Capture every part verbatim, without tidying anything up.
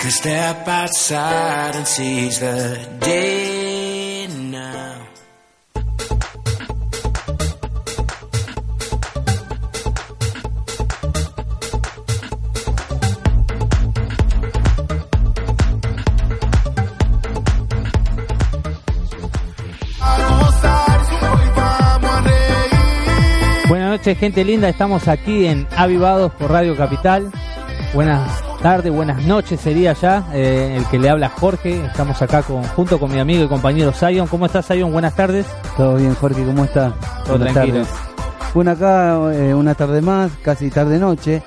could step outside and seize the day now. Buenas noches, gente linda, estamos aquí en Avivados por Radio Capital. Buenas tardes, buenas noches sería ya, eh, el que le habla Jorge. Estamos acá con, junto con mi amigo y compañero Zion. ¿Cómo estás, Zion? Buenas tardes. Todo bien, Jorge, ¿cómo estás? Todo buenas tranquilo. Tardes. Bueno, acá eh, una tarde más, casi tarde-noche,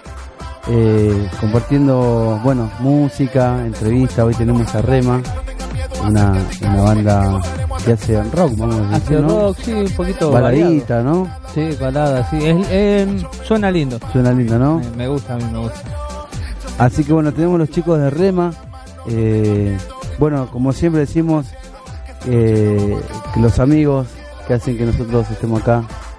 eh, compartiendo, bueno, música, entrevista. Hoy tenemos a Rema, una, una banda que hace rock, vamos a decir, Hace ¿no? rock, sí, un poquito baladita, variado. ¿no? Sí, balada, sí. Es, eh, suena lindo. Suena lindo, ¿no? Me, me gusta, a mí me gusta. Así que bueno, tenemos los chicos de Rema. Eh, bueno, como siempre decimos, eh, que los amigos que hacen que nosotros estemos acá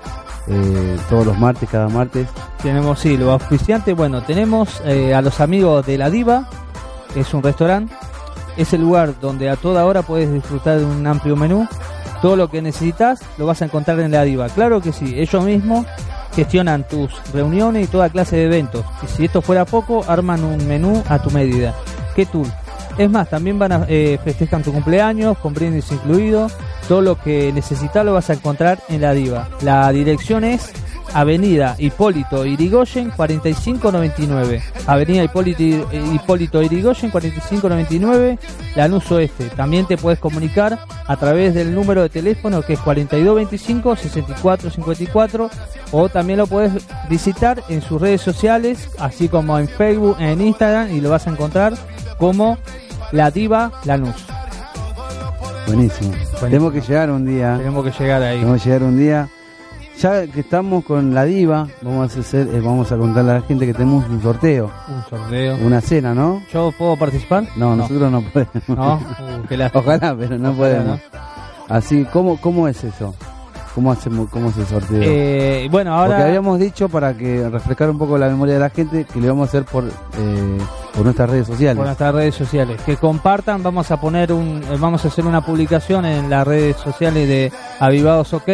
eh, todos los martes, cada martes. Tenemos, sí, los auspiciantes. Bueno, tenemos eh, a los amigos de La Diva, que es un restaurante. Es el lugar donde a toda hora puedes disfrutar de un amplio menú. Todo lo que necesitas lo vas a encontrar en La Diva. Claro que sí, ellos mismos gestionan tus reuniones y toda clase de eventos. Y si esto fuera poco, arman un menú a tu medida. ¿Qué tour? Es más, también van a eh, festejan tu cumpleaños, con brindis incluido. Todo lo que necesitas lo vas a encontrar en La Diva. La dirección es Avenida Hipólito Yrigoyen cuarenta y cinco noventa y nueve. Avenida Hipólito, Hipólito Yrigoyen cuarenta y cinco noventa y nueve, Lanús Oeste. También te puedes comunicar a través del número de teléfono que es cuarenta y dos veinticinco sesenta y cuatro cincuenta y cuatro, o también lo puedes visitar en sus redes sociales, así como en Facebook, en Instagram, y lo vas a encontrar como La Diva Lanús. Buenísimo. Buenísimo. Tenemos que llegar un día. Tenemos que llegar ahí. Tenemos que llegar un día. Ya que estamos con La Diva, vamos a hacer, eh, vamos a contarle a la gente que tenemos un sorteo. Un sorteo. Una cena, ¿no? ¿Yo puedo participar? No, no. nosotros no podemos. No, uh, qué lástima. Ojalá, pero no Ojalá, podemos. ¿no? Así, ¿cómo, cómo es eso? ¿Cómo hacemos, cómo es el sorteo? Eh, bueno, ahora... Porque habíamos dicho, para que refrescar un poco la memoria de la gente, que le vamos a hacer por, eh, por nuestras redes sociales. Por nuestras redes sociales. Que compartan, vamos a poner un, vamos a hacer una publicación en las redes sociales de Avivados OK,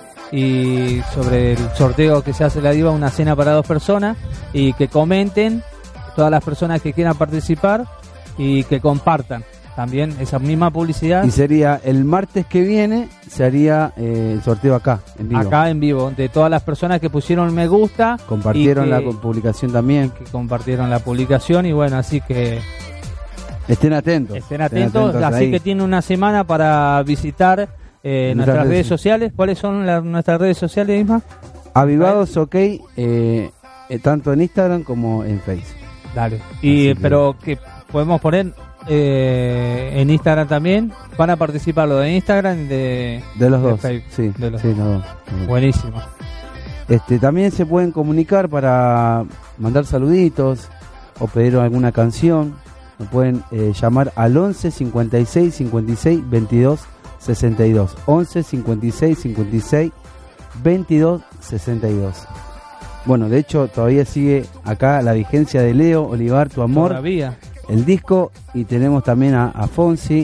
y sobre el sorteo que se hace La Diva, una cena para dos personas, y que comenten todas las personas que quieran participar y que compartan también esa misma publicidad. Y sería el martes que viene, se haría eh, el sorteo acá, en vivo. Acá en vivo, de todas las personas que pusieron me gusta. Compartieron que, la publicación también. Que compartieron la publicación, y bueno, así que... Estén atentos. Estén atentos, estén atentos así ahí. que tienen una semana para visitar eh, nuestras, nuestras redes sociales. ¿Cuáles son la, nuestras redes sociales, Isma? Avivados OK, eh, eh, tanto en Instagram como en Facebook. Dale. Y, que... Pero que podemos poner... Eh, en Instagram también van a participar los de Instagram de, de los de dos Facebook, sí, de los sí, dos. Los dos. Buenísimo. Este, también se pueden comunicar para mandar saluditos o pedir alguna canción. Nos pueden eh, llamar al once cincuenta y seis cincuenta y seis veintidós sesenta y dos, once cincuenta y seis cincuenta y seis veintidós sesenta y dos. Bueno, de hecho todavía sigue acá la vigencia de Leo Olivar, Tu Amor. Todavía. El disco, y tenemos también a, a Fonsi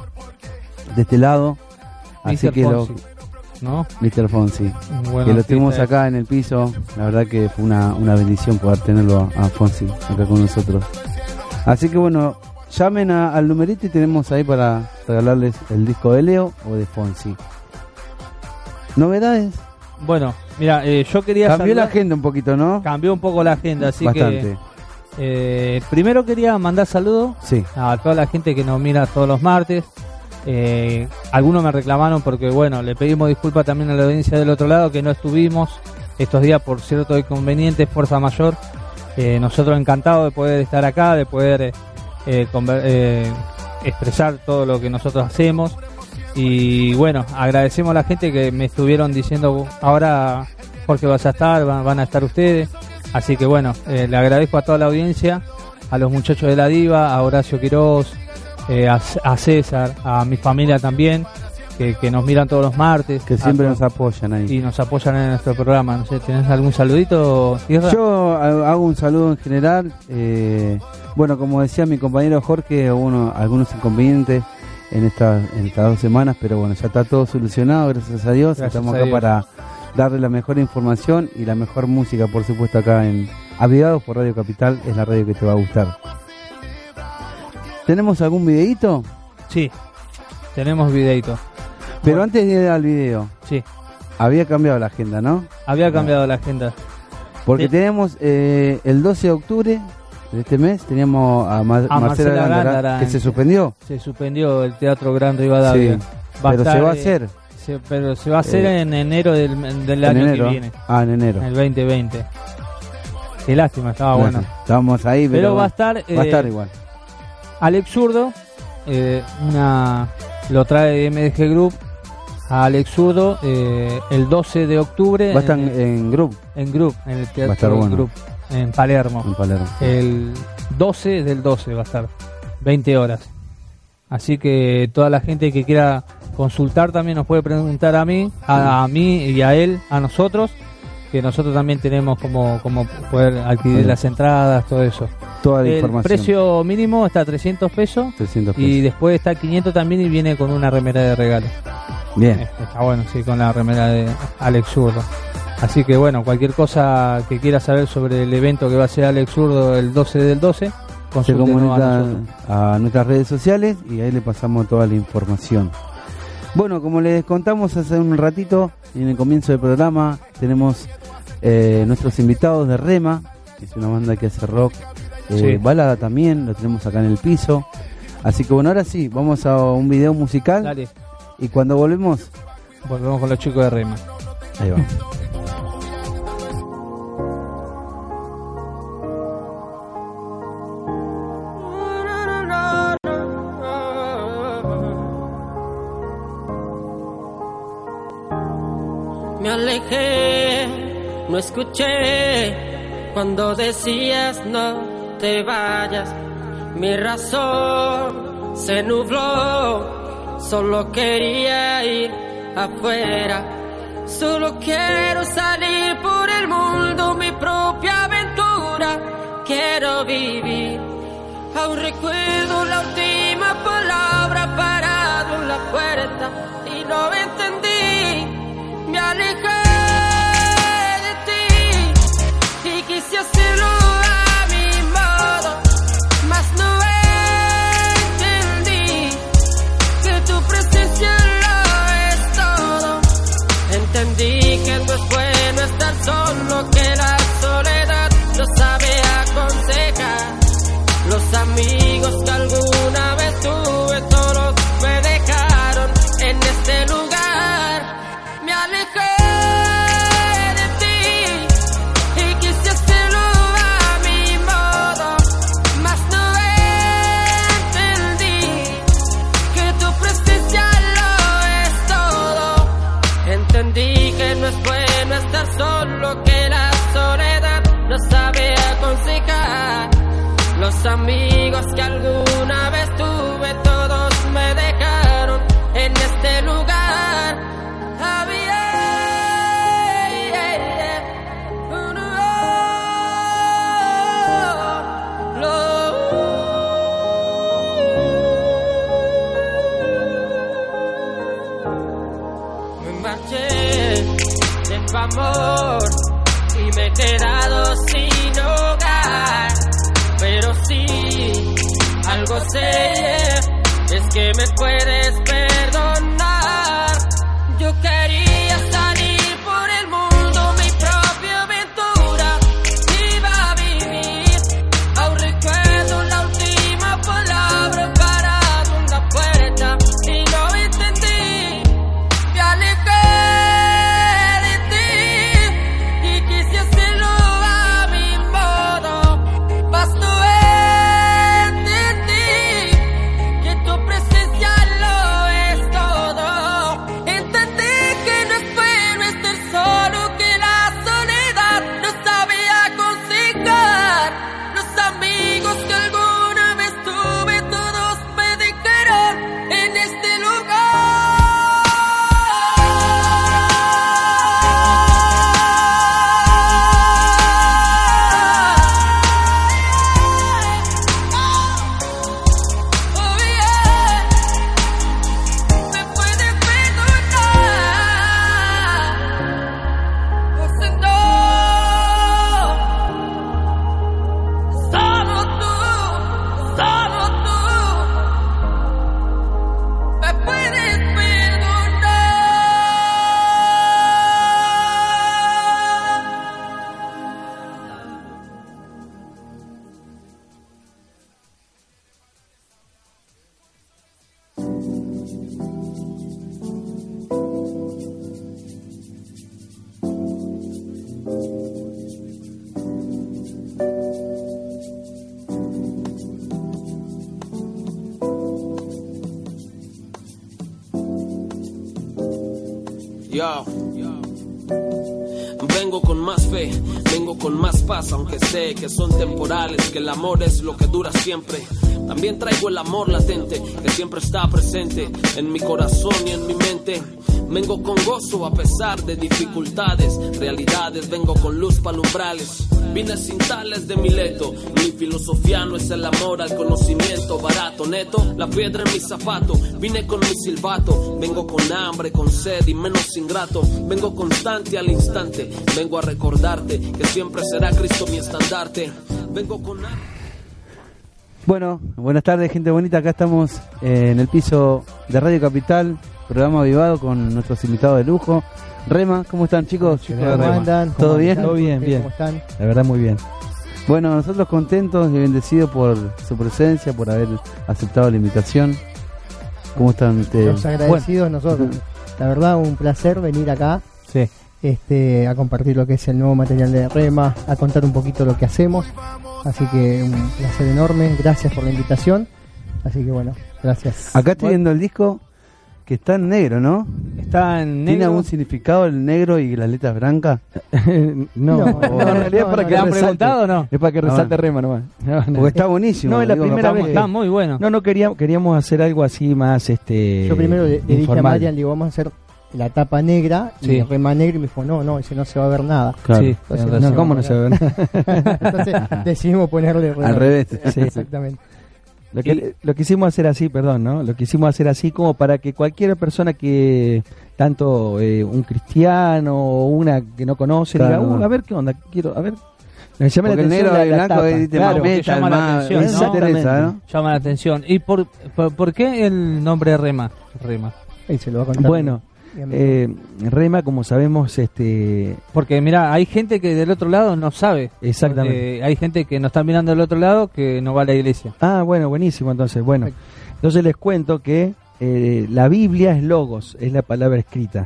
de este lado, así mister que Fonsi, lo, ¿no? mister Fonsi, bueno, que lo tenemos sí, acá en el piso. La verdad que fue una, una bendición poder tenerlo a, a Fonsi acá con nosotros. Así que bueno, llamen a, al numerito y tenemos ahí para regalarles el disco de Leo o de Fonsi. ¿Novedades? Bueno, mira, eh, yo quería cambió saludar, la agenda un poquito, ¿no? Cambió un poco la agenda, así Bastante. que Eh, primero quería mandar saludos sí. a toda la gente que nos mira todos los martes. Eh, algunos me reclamaron porque, bueno, le pedimos disculpas también a la audiencia del otro lado que no estuvimos estos días por cierto inconveniente, fuerza mayor. Eh, nosotros encantados de poder estar acá, de poder eh, conver- eh, expresar todo lo que nosotros hacemos. Y bueno, agradecemos a la gente que me estuvieron diciendo, ahora Jorge vas a estar, van, van a estar ustedes. Así que bueno, eh, le agradezco a toda la audiencia, a los muchachos de La Diva, a Horacio Quiroz, eh, a, a César, a mi familia también, que, que nos miran todos los martes. Que siempre a, nos apoyan ahí. Y nos apoyan en nuestro programa. No sé, ¿tenés algún saludito, Tierra? Yo hago un saludo en general. Eh, bueno, como decía mi compañero Jorge, hubo uno, algunos inconvenientes en, esta, en estas dos semanas, pero bueno, ya está todo solucionado, gracias a Dios. Gracias Estamos a acá Dios. para darle la mejor información y la mejor música, por supuesto, acá en Avivados por Radio Capital. Es la radio que te va a gustar. ¿Tenemos algún videíto? Sí, tenemos videito. Pero Bueno. antes de ir al video, Sí, había cambiado la agenda, ¿no? había cambiado la agenda. Porque Sí. tenemos eh, el doce de octubre de este mes, teníamos a, Ma- A Marcela Marcela Gándara, Gándara que en- se suspendió. Se suspendió el Teatro Gran Rivadavia. Sí, Va pero estar, se va a eh, hacer se- pero se va a hacer Eh, en enero del, del en año enero. que viene, Ah, en enero. el veinte veinte. Qué lástima, estaba bueno. Estábamos ahí, pero, Pero va a estar, va a eh, estar igual. Alex Zurdo, eh, una, lo trae M D G Group a Alex Zurdo eh, el doce de octubre Va a estar en, en, en Group, en Group, en el Va a Teatro estar bueno. Group, en Palermo. en Palermo. El doce del doce va a estar, veinte horas. Así que toda la gente que quiera consultar también nos puede preguntar a mí, a, a mí y a él, a nosotros, que nosotros también tenemos como, como poder adquirir Vale. las entradas, todo eso. Toda la El información. precio mínimo está a trescientos pesos trescientos pesos. y después está a quinientos también y viene con una remera de regalo. Bien. Este, Está bueno, sí, con la remera de Alex Zurdo. Así que bueno, cualquier cosa que quiera saber sobre el evento que va a ser Alex Zurdo el doce del doce, Se consúltenos a comunica nosotros. a nuestras redes sociales y ahí le pasamos toda la información. Bueno, como les contamos hace un ratito, en el comienzo del programa, tenemos eh, nuestros invitados de Rema, que es una banda que hace rock, eh, Sí. balada también, lo tenemos acá en el piso. Así que bueno, ahora sí, vamos a un video musical Dale, y cuando volvemos, volvemos con los chicos de Rema. ahí vamos. Me alejé, no escuché cuando decías no te vayas. Mi razón se nubló, solo quería ir afuera. Solo quiero salir por el mundo, mi propia aventura. Quiero vivir. Aún recuerdo la última palabra parado en la puerta y no entendí. Me alejé de ti y quise hacerlo a mi modo, mas no entendí que tu presencia lo es todo. Entendí que no es bueno estar solo, que la soledad no sabe aconsejar. Los amigos que alguna vez tuve todos me dejaron en este lugar. Me alejé de ti y quise hacerlo a mi modo, mas no entendí que tu presencia lo es todo. Entendí que no es bueno estar solo, que la soledad no sabe aconsejar. Los amigos que alguna vez tuve todos me dejaron en este lugar. Había me marché de tu amor y me he quedado sin hogar. Pero sí, algo sé, es que me puedes perdonar. Yo quería salir por el mundo, mi propia aventura, iba a vivir. Aún recuerdo la última palabra parado en la puerta y no entendí. Me alejé de ti y quise hacerlo a mi modo, mas no entendí que tu presencia lo es todo. Entendí que Yo, vengo con más fe, vengo con más paz, aunque sé que son temporales, que el amor es lo que dura siempre. También traigo el amor latente, que siempre está presente en mi corazón y en mi mente. Vengo con gozo a pesar de dificultades, realidades, vengo con luz para umbrales. Vine sin tales de Mileto, mi filosofía no es el amor al conocimiento barato, neto, la piedra en mi zapato. Vine con mi silbato, vengo con hambre, con sed y menos ingrato. Vengo constante al instante, vengo a recordarte que siempre será Cristo mi estandarte. Vengo con hambre. Bueno, buenas tardes, gente bonita. Acá estamos eh, en el piso de Radio Capital, programa Avivado con nuestros invitados de lujo. Rema, ¿cómo están, chicos? ¿Cómo andan? ¿Todo bien? Todo bien, bien. ¿Cómo están? La verdad, muy bien. Bueno, nosotros contentos y bendecidos por su presencia, por haber aceptado la invitación. ¿Cómo están ustedes? Los agradecidos bueno. nosotros. La verdad, un placer venir acá. Sí. Este, a compartir lo que es el nuevo material de Rema, a contar un poquito lo que hacemos. Así que un placer enorme, gracias por la invitación. Así que bueno, gracias. Acá estoy bueno. viendo el disco que está en negro, ¿no? Está en negro. ¿Tiene algún significado el negro y las letras blancas? no, no, no, en realidad no, para no, que no, han no, preguntado, ¿no? Es para que resalte Ah, Rema nomás. No, no. Porque está buenísimo. No, es la digo, primera capaz vez que- Está muy bueno. No, no queríamos, queríamos hacer algo así más este. Yo primero le, le dije a informal. Marian, le digo, vamos a hacer la tapa negra y Sí. el Rema negro, y me dijo, no, no, ese no se va a ver nada. Claro. Sí, Entonces, tenés No, razón. ¿cómo no se ve? Entonces decidimos ponerle Rema. Al revés. Sí, exactamente. Lo que, lo quisimos hacer así, perdón, ¿no? Lo quisimos hacer así como para que cualquier persona que, tanto eh, un cristiano o una que no conoce, Claro. diga, uh, a ver qué onda, quiero, a ver. Me llama Porque la el atención negro la- y la blanco tapa. es de Claro, más que metal, llama la más- atención, eso ¿no? interesa, ¿no? Llama la atención. ¿Y por, por, por qué el nombre de Rema? Rema. Ahí se lo va a contar. Bueno, mi amigo. eh, Rema, como sabemos, este, Porque mira, hay gente que del otro lado no sabe. exactamente. Eh, hay gente que nos está mirando del otro lado que no va a la iglesia. Ah, bueno, buenísimo, entonces, bueno. Entonces les cuento que eh, la Biblia es logos, es la palabra escrita.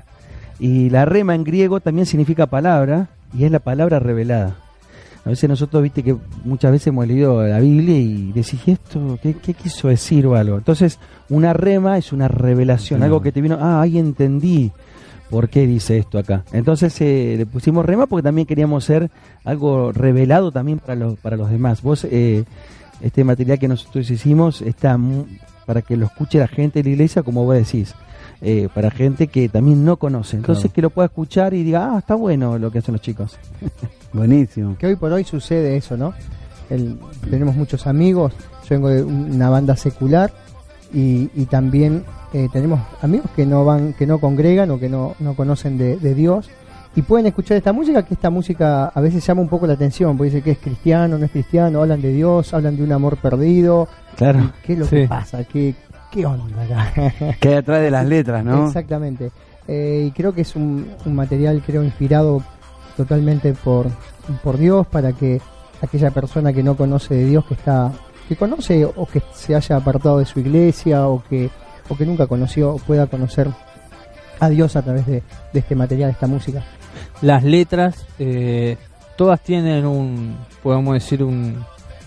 Y la rema en griego también significa palabra y es la palabra revelada. A veces nosotros, viste, que muchas veces hemos leído la Biblia y decís, ¿y esto qué, qué quiso decir o algo? Entonces, una rema es una revelación, Claro. algo que te vino, ah, ahí entendí por qué dice esto acá. Entonces eh, le pusimos rema porque también queríamos ser algo revelado también para los, para los demás. Vos, eh, este material que nosotros hicimos está mu- para que lo escuche la gente de la iglesia, como vos decís. Eh, para gente que también no conoce, entonces Claro. que lo pueda escuchar y diga, ah, está bueno lo que hacen los chicos. Buenísimo. Que hoy por hoy sucede eso, ¿no? El- tenemos muchos amigos, yo vengo de una banda secular y, y también eh, tenemos amigos que no van, que no congregan o que no, no conocen de, de Dios y pueden escuchar esta música, que esta música a veces llama un poco la atención, porque dice que es cristiano, no es cristiano, hablan de Dios, hablan de un amor perdido. Claro. ¿Y qué es lo Sí. que pasa? ¿Qué, qué onda acá? Que hay atrás de las letras, ¿no? Exactamente. Eh, y creo que es un, un material, creo, inspirado totalmente por, por Dios, para que aquella persona que no conoce de Dios, que está, que conoce o que se haya apartado de su iglesia o que, o que nunca conoció, pueda conocer a Dios a través de, de este material, de esta música. Las letras, eh, todas tienen un, podemos decir, un,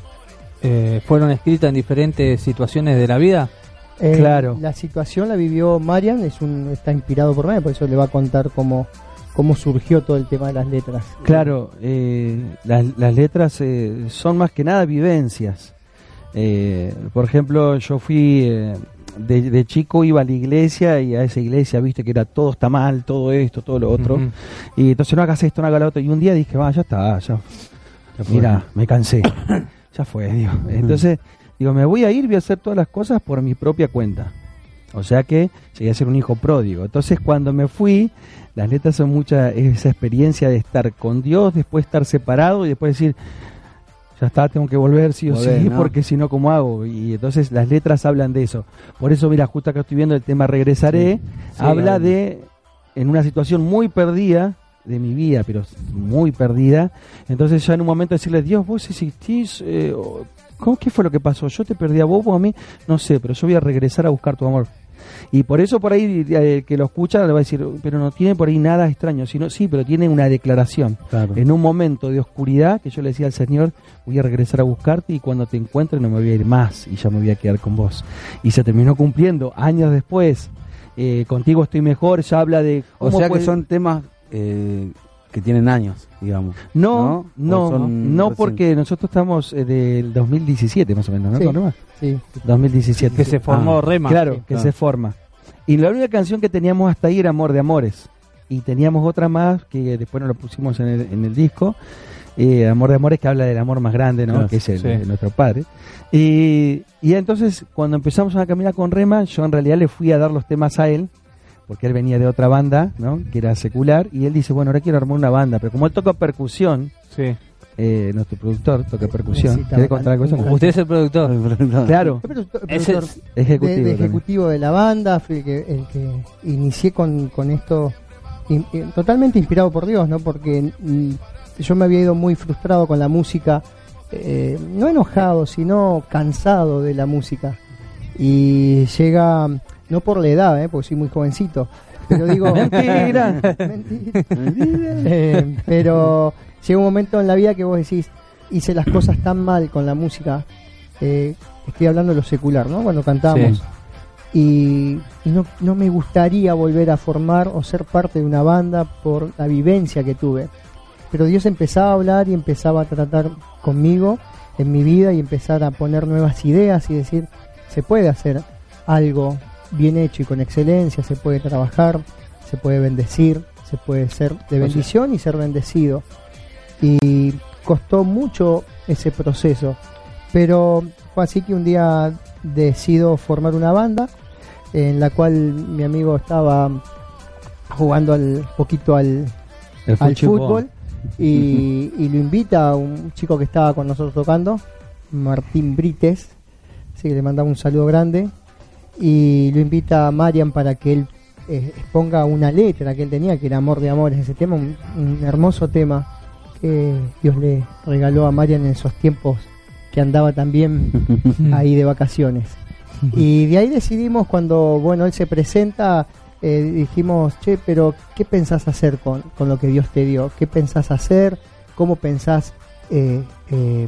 eh, fueron escritas en diferentes situaciones de la vida. Eh, Claro. La situación la vivió Marian, es un, está inspirado por mí, por eso le va a contar cómo, cómo surgió todo el tema de las letras. Claro, eh, las, las letras eh, son más que nada vivencias. Eh, por ejemplo, yo fui eh, de, de chico, iba a la iglesia y a esa iglesia, viste que era todo está mal, todo esto, todo lo otro. Ujú. Y entonces no hagas esto, no hagas lo otro. Y un día dije, va, ya está, ya, mira, me cansé. Ya fue, digo. Entonces, digo, me voy a ir, voy a hacer todas las cosas por mi propia cuenta. O sea que llegué a ser un hijo pródigo. Entonces, cuando me fui, las letras son mucha esa experiencia de estar con Dios, después estar separado y después decir, ya está, tengo que volver sí o Volver, sí, ¿no? porque si no, ¿cómo hago? Y entonces las letras hablan de eso. Por eso, mira, justo acá estoy viendo el tema Regresaré, Sí. Sí, habla claro. de, en una situación muy perdida de mi vida, pero muy perdida. Entonces ya en un momento decirle, Dios, vos existís, eh, o- ¿cómo, ¿qué fue lo que pasó? Yo te perdí a vos, vos a mí, no sé, pero yo voy a regresar a buscar tu amor. Y por eso por ahí eh, el que lo escucha le va a decir, pero no tiene por ahí nada extraño, sino sí, pero tiene una declaración. Claro. En un momento de oscuridad que yo le decía al Señor, voy a regresar a buscarte y cuando te encuentre no me voy a ir más y ya me voy a quedar con vos. Y se terminó cumpliendo años después. eh, Contigo estoy mejor, ya habla de... O cómo sea puede- que son temas eh, que tienen años, digamos. No, no, ¿O no, son no recién? porque nosotros estamos eh, del dos mil diecisiete más o menos, ¿no? Sí. ¿Con Rema? Sí. dos mil diecisiete. Que se formó Ah, Rema. Claro, Sí, que claro. se forma. Y la única canción que teníamos hasta ahí era Amor de Amores. Y teníamos otra más que después nos lo pusimos en el, en el disco. Eh, Amor de Amores, que habla del amor más grande, ¿no? Claro, Que es el, sí. de nuestro padre. Y, y entonces, cuando empezamos a caminar con Rema, yo en realidad le fui a dar los temas a él, porque él venía de otra banda, ¿no? Que era secular. Y él dice, bueno, ahora quiero armar una banda. Pero como él toca percusión, Sí. eh, nuestro productor toca percusión. Necesitaba ¿Querés contar algo de eso? Usted es el productor. Claro, El productor- el Ese productor es ejecutivo. de, de también. ejecutivo de la banda, fui el que, el que inicié con, con esto, in- in- totalmente inspirado por Dios, ¿no? Porque mm, yo me había ido muy frustrado con la música, eh, no enojado, sino cansado de la música. Y llega, no por la edad, ¿eh? Porque soy muy jovencito, pero digo... Mentira. Mentira. Eh, pero llega un momento en la vida que vos decís, hice las cosas tan mal con la música, eh, estoy hablando de lo secular, ¿no? Cuando cantamos. Sí. Y, y no, no me gustaría volver a formar o ser parte de una banda por la vivencia que tuve. Pero Dios empezaba a hablar y empezaba a tratar conmigo en mi vida y empezar a poner nuevas ideas y decir, se puede hacer algo bien hecho y con excelencia, se puede trabajar, se puede bendecir, se puede ser de bendición y ser bendecido. Y costó mucho ese proceso, pero fue así que un día decido formar una banda en la cual mi amigo estaba jugando al poquito al, El al fútbol. fútbol y, y lo invita a un chico que estaba con nosotros tocando, Martín Brites, así que le mandamos un saludo grande, y lo invita a Marian para que él eh, exponga una letra que él tenía, que era Amor de Amores, ese tema, un, un hermoso tema que Dios le regaló a Marian en esos tiempos que andaba también ahí de vacaciones. Y de ahí decidimos, cuando bueno él se presenta, eh, dijimos, che, pero ¿qué pensás hacer con, con lo que Dios te dio? ¿Qué pensás hacer? ¿Cómo pensás eh, eh,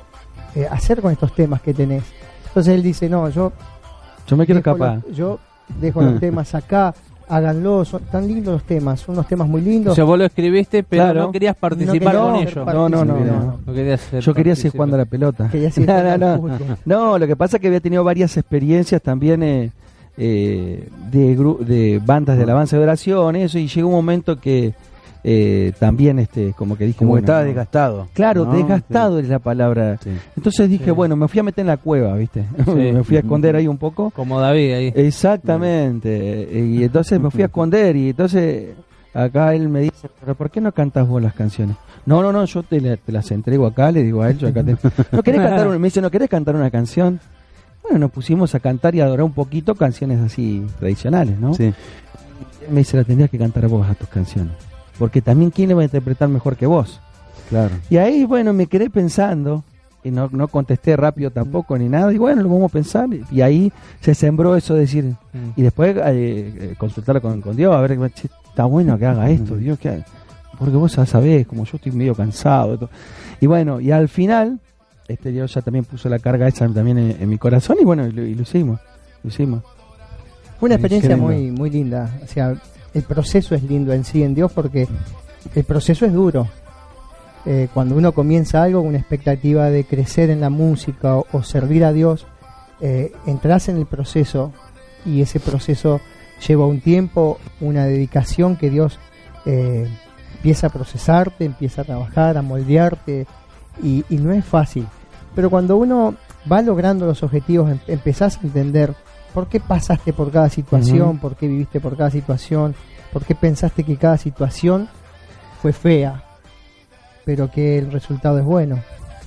eh, hacer con estos temas que tenés? Entonces él dice, no, yo Yo me quiero dejo escapar. los- yo dejo los temas acá, háganlo, son tan lindos los temas, son unos temas muy lindos. O sea, vos lo escribiste, pero Claro. no querías participar No con quería ellos. ser No, no, no, partícipe, no. No querías ser Yo quería seguir partícipe. jugando a la pelota. Quería seguir No, jugando no, al no. fútbol. No, lo que pasa es que había tenido varias experiencias también eh, eh, de, gru- de bandas de alabanza y oración, eso, y llegó un momento que eh, también este como que dije, Como que bueno, estaba no. desgastado. Claro, ¿no? desgastado es la palabra. Sí. Entonces dije, Sí. bueno, me fui a meter en la cueva, ¿viste? me fui a esconder ahí un poco. Como David ahí. Exactamente. Y entonces me fui a esconder y entonces acá él me dice, pero ¿por qué no cantas vos las canciones? No, no, no, yo te, la- te las entrego acá, le digo a él, yo acá te... ¿No querés cantar una? Me dice, ¿no querés cantar una canción? Bueno, nos pusimos a cantar y a adorar un poquito canciones así tradicionales, ¿no? Sí. Y él me dice, la tendrías que cantar vos a tus canciones. Porque también, ¿quién le va a interpretar mejor que vos? Claro. Y ahí, bueno, me quedé pensando, y no, no contesté rápido tampoco ni nada, y bueno, lo vamos a pensar, y ahí se sembró eso de decir, Mm. y después eh, eh, consultarlo con, con Dios, a ver, che, está bueno que haga esto, Dios, que porque vos ya sabés, como yo estoy medio cansado. Todo. Y bueno, y al final, este Dios ya también puso la carga esa también en, en mi corazón, y bueno, y lo, y lo hicimos, lo hicimos. Fue una Sí, experiencia qué lindo. muy muy linda. O sea, el proceso es lindo en sí en Dios porque el proceso es duro. Eh, cuando uno comienza algo con una expectativa de crecer en la música o, o servir a Dios, eh, entras en el proceso y ese proceso lleva un tiempo, una dedicación que Dios eh, empieza a procesarte, empieza a trabajar, a moldearte y, y no es fácil. Pero cuando uno va logrando los objetivos, em- empezás a entender por qué pasaste por cada situación, Ujú. por qué viviste por cada situación, por qué pensaste que cada situación fue fea, pero que el resultado es bueno.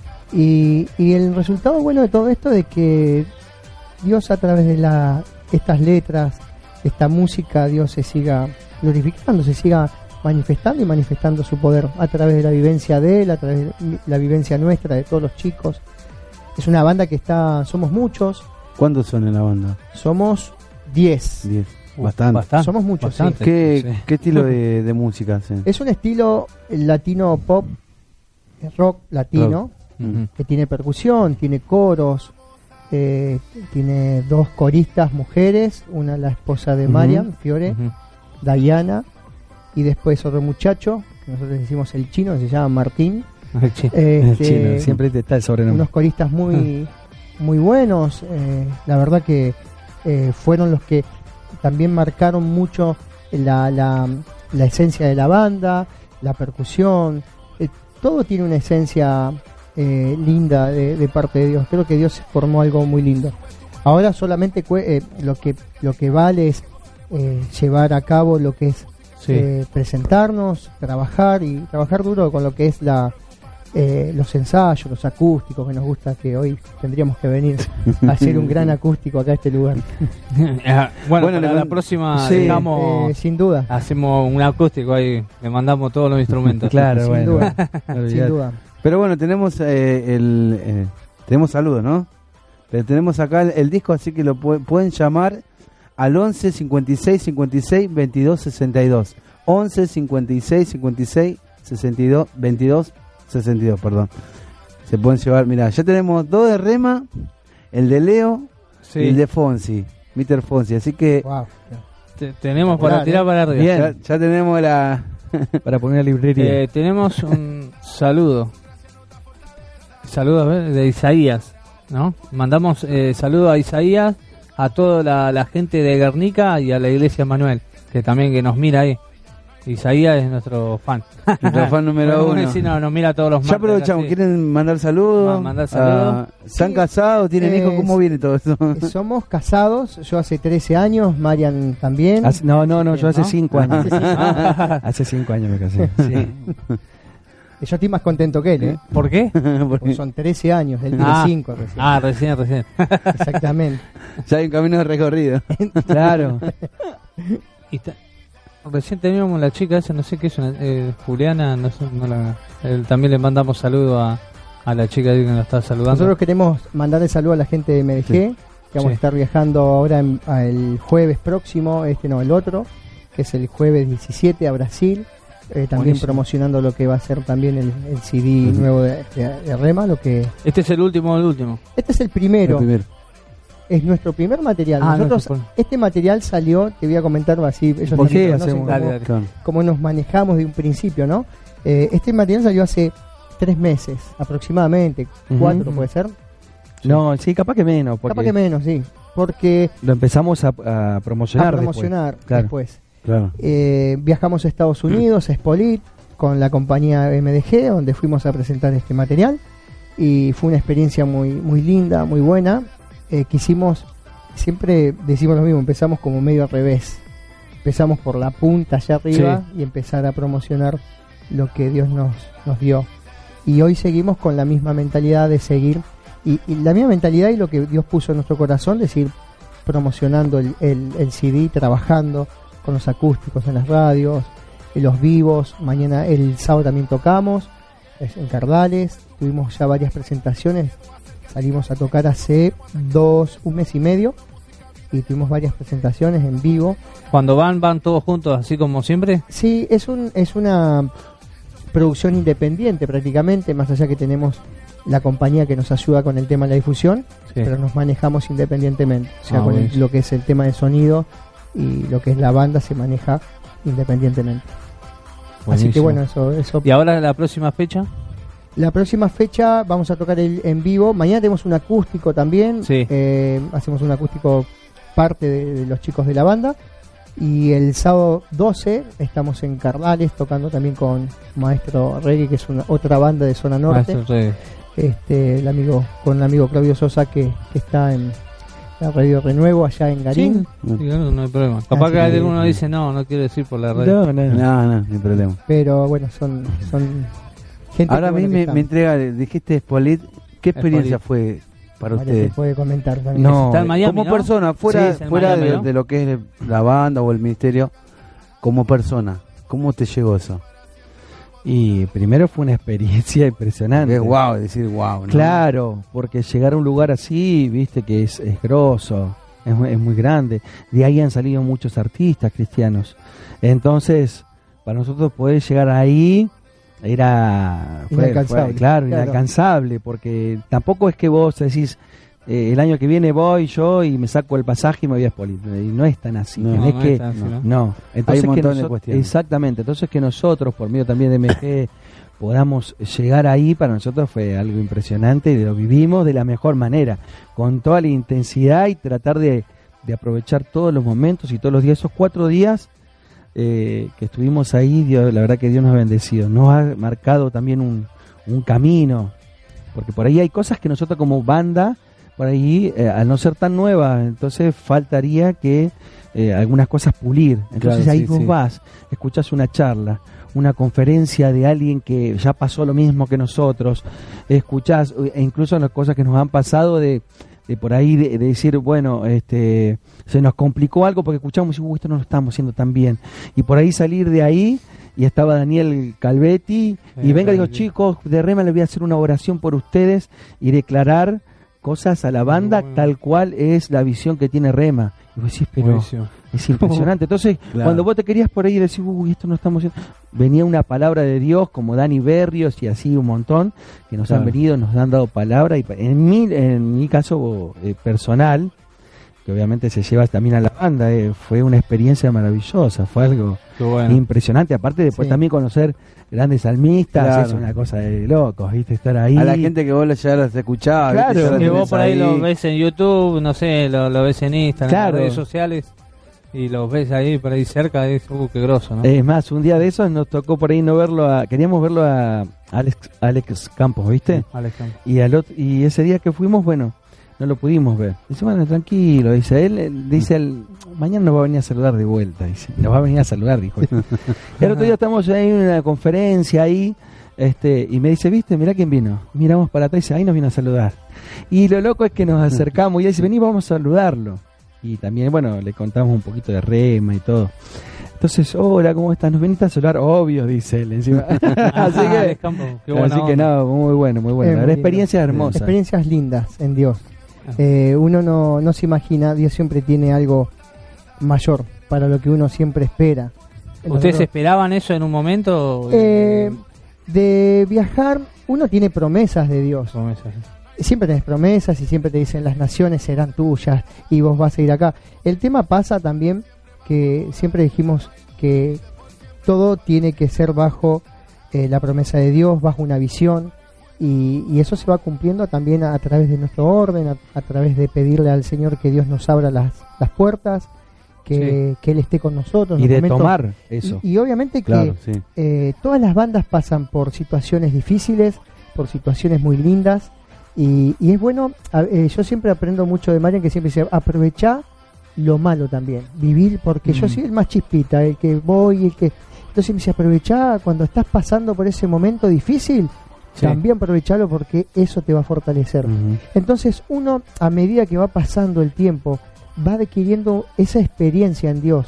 Y, y el resultado bueno de todo esto es que Dios a través de la, estas letras, esta música, Dios se siga glorificando, se siga manifestando y manifestando su poder a través de la vivencia de Él, a través de la vivencia nuestra, de todos los chicos. Es una banda que está, somos muchos, ¿Cuántos son en la banda? somos diez, Diez. Bastante. Bastante. somos muchos. ¿sí? Bastante. ¿Qué, Sí. ¿Qué estilo de, de música hacen? Es un estilo latino pop, rock latino, Rock. que tiene percusión, tiene coros, eh, tiene dos coristas mujeres, una la esposa de Ujú. Marian, Fiore, Ujú. Diana, y después otro muchacho, que nosotros decimos el chino, que se llama Martín. Ay, che. El Este, chino, siempre te está el sobrenombre. unos coristas muy muy buenos, eh, la verdad que eh, fueron los que también marcaron mucho la, la, la esencia de la banda, la percusión, eh, todo tiene una esencia eh, linda de, de parte de Dios. Creo que Dios formó algo muy lindo. Ahora solamente cue- eh, lo que lo que vale es eh, llevar a cabo lo que es Sí. eh, presentarnos, trabajar y trabajar duro con lo que es la eh, los ensayos, los acústicos, que nos gusta, que hoy tendríamos que venir a hacer un gran acústico acá a este lugar. Ah, bueno, Bueno, para le- la próxima sí, dejamos, Eh, sin duda, hacemos un acústico ahí, le mandamos todos los instrumentos. Claro, sin bueno. duda, bueno, sin olvidate. duda. Pero bueno, tenemos eh, el eh, tenemos saludos, ¿no? Pero tenemos acá el, el disco, así que lo pu- pueden llamar al once cincuenta y seis cincuenta y seis veintidós sesenta y dos. once cincuenta y seis cincuenta y seis sesenta y dos veintidós sesenta y dos, perdón. Se pueden llevar, mira, ya tenemos dos de Rema, el de Leo Sí. y el de Fonsi, Mister Fonsi, así que Wow. Te- tenemos para Claro, tirar ¿eh? para arriba. Bien. ya, ya tenemos la Para poner la librería. Eh, tenemos un saludo. Saludo a ver, de Isaías, ¿no? Mandamos eh, saludo a Isaías, a toda la, la gente de Guernica y a la iglesia Manuel, que también que nos mira ahí. Isaías es nuestro fan. nuestro fan número Podemos uno. decir, no, nos mira todos los Ya martes, aprovechamos, así. ¿quieren mandar saludos? Ma- mandar saludos. Ah, ¿Están Sí. casados? ¿Tienen Eh, hijos? ¿Cómo viene todo eso? Eh, Somos casados, yo hace trece años, Marian también. Hace- no, no, no, yo hace ¿No? cinco años. Hace cinco años. Hace cinco años me casé. Sí. Yo estoy más contento que él, ¿eh? ¿Por qué? Porque son trece años, él tiene Ah. cinco recién. Ah, recién, recién. Exactamente. Ya hay un camino de recorrido. Claro. Y ta- recién teníamos la chica esa, no sé qué es, una, eh, Juliana, no sé, no la, eh, también le mandamos saludo a, a la chica que nos está saludando. Nosotros queremos mandarle saludo a la gente de M D G, que vamos Sí. a estar viajando ahora en- a el jueves próximo, este no, el otro, que es el jueves diecisiete a Brasil, eh, también Buenísimo. promocionando lo que va a ser también el, el C D Ujú. nuevo de, de- de Rema, lo que Este es el último del último. este es el primero, El primero. es nuestro primer material. Ah, Nosotros no, se este material salió, te voy a comentar así, ellos ¿Por también qué conocen hacemos? cómo- Dale, dale. Claro. cómo nos manejamos de un principio, ¿no? Eh, este material salió hace tres meses aproximadamente, Ujú. cuatro puede ser, No, sí, capaz que menos. Porque capaz que menos, sí, porque lo empezamos a, a promocionar. a después. promocionar Claro. después. Claro. Eh, viajamos a Estados Unidos, a Spolit, con la compañía M D G, donde fuimos a presentar este material y fue una experiencia muy muy linda, muy buena. Eh, quisimos, siempre decimos lo mismo, empezamos como medio al revés. Empezamos por la punta allá arriba y empezar a promocionar lo que Dios nos, nos dio. Y hoy seguimos con la misma mentalidad de seguir, y, y la misma mentalidad y lo que Dios puso en nuestro corazón, de seguir promocionando el, el, el C D, trabajando con los acústicos en las radios, en los vivos. Mañana, el sábado también tocamos es en Cardales, tuvimos ya varias presentaciones, salimos a tocar hace dos, un mes y medio, y tuvimos varias presentaciones en vivo. Cuando van, van todos juntos, así como siempre. Sí, es un es una producción independiente prácticamente, más allá que tenemos la compañía que nos ayuda con el tema de la difusión, Sí. pero nos manejamos independientemente. O sea, Ah, con el- buenísimo. lo que es el tema de sonido y lo que es la banda se maneja independientemente. Así que Buenísimo. bueno, eso, eso. Y ahora la próxima fecha. La próxima fecha vamos a tocar el, en vivo. Mañana tenemos un acústico también. Sí. Eh, hacemos un acústico parte de, de los chicos de la banda. Y el sábado doce estamos en Cardales tocando también con Maestro Reggae, que es una otra banda de zona norte. Maestro Reggae. Este, el amigo con el amigo Claudio Sosa que, que está en la Radio Renuevo allá en Garín. Sí, no, no hay problema. Capaz Así que que- alguno dice, no, no quiero decir por la red. No, no, no. No, no, no hay problema. Pero bueno, son, son gente Ahora que, a mí bueno, que me, está. me entrega, dijiste Spolit, ¿qué experiencia fue para María ustedes? te puede comentar también. No, Está en Miami, Como ¿no? persona, fuera, Sí, es en fuera Miami, de, ¿no? de lo que es la banda o el ministerio, como persona, ¿cómo te llegó eso? Y primero fue una experiencia impresionante. Es wow, decir wow, ¿no? Claro, porque llegar a un lugar así, viste que es, es grosso, es, mu- es muy grande. De ahí han salido muchos artistas cristianos. Entonces, para nosotros poder llegar ahí era fue- Inalcanzable. fue, claro, Claro. inalcanzable, porque tampoco es que vos decís, eh, el año que viene voy yo y me saco el pasaje y me voy a Expolito. Y no es tan así. No, tenés no que, es tan así, ¿no? no. Entonces Hay un que montón de nosot- cuestiones. Exactamente. Entonces que nosotros, por medio también de M G, podamos llegar ahí, para nosotros fue algo impresionante y lo vivimos de la mejor manera, con toda la intensidad y tratar de, de aprovechar todos los momentos y todos los días. Esos cuatro días eh, que estuvimos ahí, Dios, la verdad que Dios nos ha bendecido, nos ha marcado también un, un camino, porque por ahí hay cosas que nosotros como banda, por ahí, eh, al no ser tan nueva, entonces faltaría que eh, algunas cosas pulir. Entonces Claro, ahí sí, vos sí. vas, escuchás una charla, una conferencia de alguien que ya pasó lo mismo que nosotros, escuchás, e incluso las cosas que nos han pasado de, de por ahí de, de decir, bueno, este se nos complicó algo porque escuchamos y uh, esto no lo estamos haciendo tan bien. Y por ahí salir de ahí, y estaba Daniel Calvetti, y Eh, venga y digo, sí. chicos, de Rema les voy a hacer una oración por ustedes y declarar cosas a la banda Bueno. tal cual es la visión que tiene Rema. Y vos decís, pero Buenísimo. es impresionante. Entonces, Claro. cuando vos te querías por ahí decir, uy, esto no estamos haciendo, venía una palabra de Dios, como Dani Berrios y así un montón, que nos Claro. han venido, nos han dado palabra. Y pa- en mi, en mi caso eh, personal, que obviamente se lleva también a la banda, eh, fue una experiencia maravillosa, fue algo Qué bueno. impresionante. Aparte, después Sí. también conocer grandes salmistas, Claro. es una cosa de locos, ¿viste? Estar ahí. A la gente que vos ya las escuchabas, Claro, ¿viste? Ya la Que vos tenés por ahí ahí. lo ves en YouTube, no sé, lo, lo ves en Instagram, Claro. en las redes sociales, y los ves ahí por ahí cerca, es uh, qué groso, ¿no? Es más, un día de esos nos tocó por ahí no verlo, a, queríamos verlo a Alex, Alex Campos, ¿viste? Alejandro. Y, al otro, y ese día que fuimos, bueno, no lo pudimos ver. Dice, bueno, tranquilo, dice él, él dice él, mañana nos va a venir a saludar de vuelta, dice, nos va a venir a saludar, dijo. Y el otro día estamos ahí en una conferencia ahí, este, y me dice, viste, mirá quién vino. Miramos para atrás y dice, ahí nos vino a saludar. Y lo loco es que nos acercamos y él dice, vení, vamos a saludarlo. Y también, bueno, le contamos un poquito de Rema y todo. Entonces, hola, ¿cómo estás? ¿Nos veniste a saludar? Obvio, dice él encima. Así que, Alejandro, qué buena así que onda. no, muy bueno, muy bueno. Es La muy verdad, lindo. experiencia hermosa. Experiencias lindas en Dios. Ah. Eh, uno no, no se imagina, Dios siempre tiene algo mayor para lo que uno siempre espera. ¿Ustedes Nosotros, esperaban eso en un momento? eh, de viajar, uno tiene promesas de Dios. Promesas. Siempre tenés promesas y siempre te dicen las naciones serán tuyas y vos vas a ir acá. El tema pasa también que siempre dijimos que todo tiene que ser bajo eh, la promesa de Dios, bajo una visión, y, y eso se va cumpliendo también a, a través de nuestro orden, a, a través de pedirle al Señor que Dios nos abra las, las puertas, que, que Él esté con nosotros. en Y los de momentos- tomar eso. Y, y obviamente Claro, que sí. eh, todas las bandas pasan por situaciones difíciles, por situaciones muy lindas, y, y es bueno, a- eh, yo siempre aprendo mucho de Marian, que siempre dice, aprovechá lo malo también, vivir, porque yo Mm. soy el más chispita, el que voy, el que... Entonces me dice, aprovechá cuando estás pasando por ese momento difícil, Sí. también aprovechalo porque eso te va a fortalecer. Ujú. Entonces uno, a medida que va pasando el tiempo, va adquiriendo esa experiencia en Dios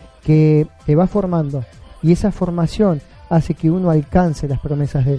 que te va formando, y esa formación hace que uno alcance las promesas de Él.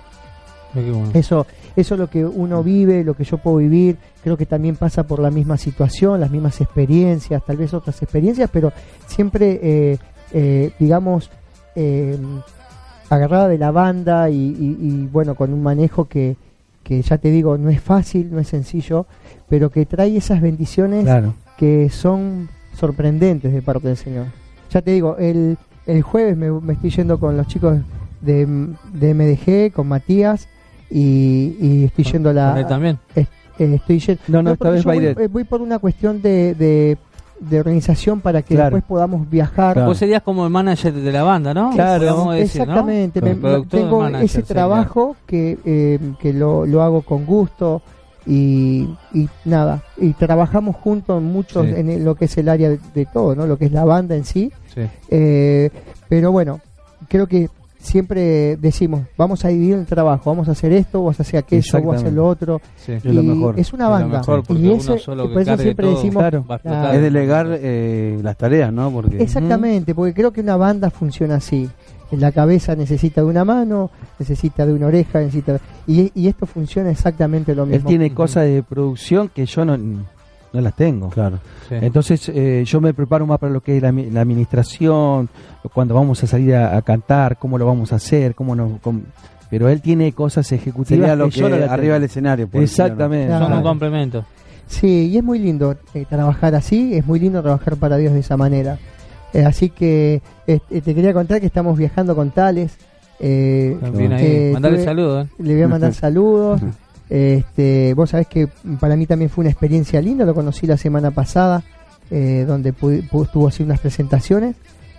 Qué bueno. Eso, eso es lo que uno vive, lo que yo puedo vivir. Creo que también pasa por la misma situación, las mismas experiencias, tal vez otras experiencias, pero siempre, eh, eh, digamos, eh, agarrada de la banda y, y- y, bueno, con un manejo que, que ya te digo, no es fácil, no es sencillo, pero que trae esas bendiciones Claro. que son sorprendentes de parte del Señor. Ya te digo, el, el jueves me, me estoy yendo con los chicos de, de M D G, con Matías, y, y estoy yendo a la... ¿Con él también? es- eh, estoy yendo, No, no, esta porque vez yo va voy, Idet. eh, voy por una cuestión de, de, de organización para que Claro. después podamos viajar. Claro. Vos serías como el manager de la banda, ¿no? Claro, Podríamos decir, ¿no? Exactamente, Como me- el productor, tengo manager ese sería. trabajo que, eh, que lo, lo hago con gusto, y, y nada, y trabajamos juntos muchos Sí. en el- lo que es el área de, de todo, ¿no? Lo que es la banda en sí. Sí. Eh, pero bueno, creo que siempre decimos, vamos a dividir el trabajo, vamos a hacer esto, vamos a hacer aquello, vamos a hacer lo otro. Sí. Es lo Y mejor. es una Es lo banda. mejor, porque y uno ese- solo y que por eso cargue siempre todo decimos, Claro. va a explotar. Claro. Es delegar eh, las tareas, ¿no? Porque exactamente, porque creo que una banda funciona así. En la cabeza necesita de una mano, necesita de una oreja, necesita y, y esto funciona exactamente lo mismo. Él tiene Ujú. cosas de producción que yo no, no las tengo. claro. Sí. Entonces eh, yo me preparo más para lo que es la, mi- la administración, cuando vamos a salir a, a cantar, cómo lo vamos a hacer, cómo nos... cómo- pero él tiene cosas ejecutivas Sería lo que yo no que las arriba tengo. del escenario. por decirlo, ¿no? Exactamente. Claro. Son un complemento. Sí, y es muy lindo eh, trabajar así, es muy lindo trabajar para Dios de esa manera. Eh, así que eh, te quería contar que estamos viajando con Tales. Eh, También ahí. eh, Mandarle tuve- saludos. ¿eh? Le voy a mandar saludos. Este, vos sabés que para mí también fue una experiencia linda, lo conocí la semana pasada, eh, donde pu- pu- tuvo así unas presentaciones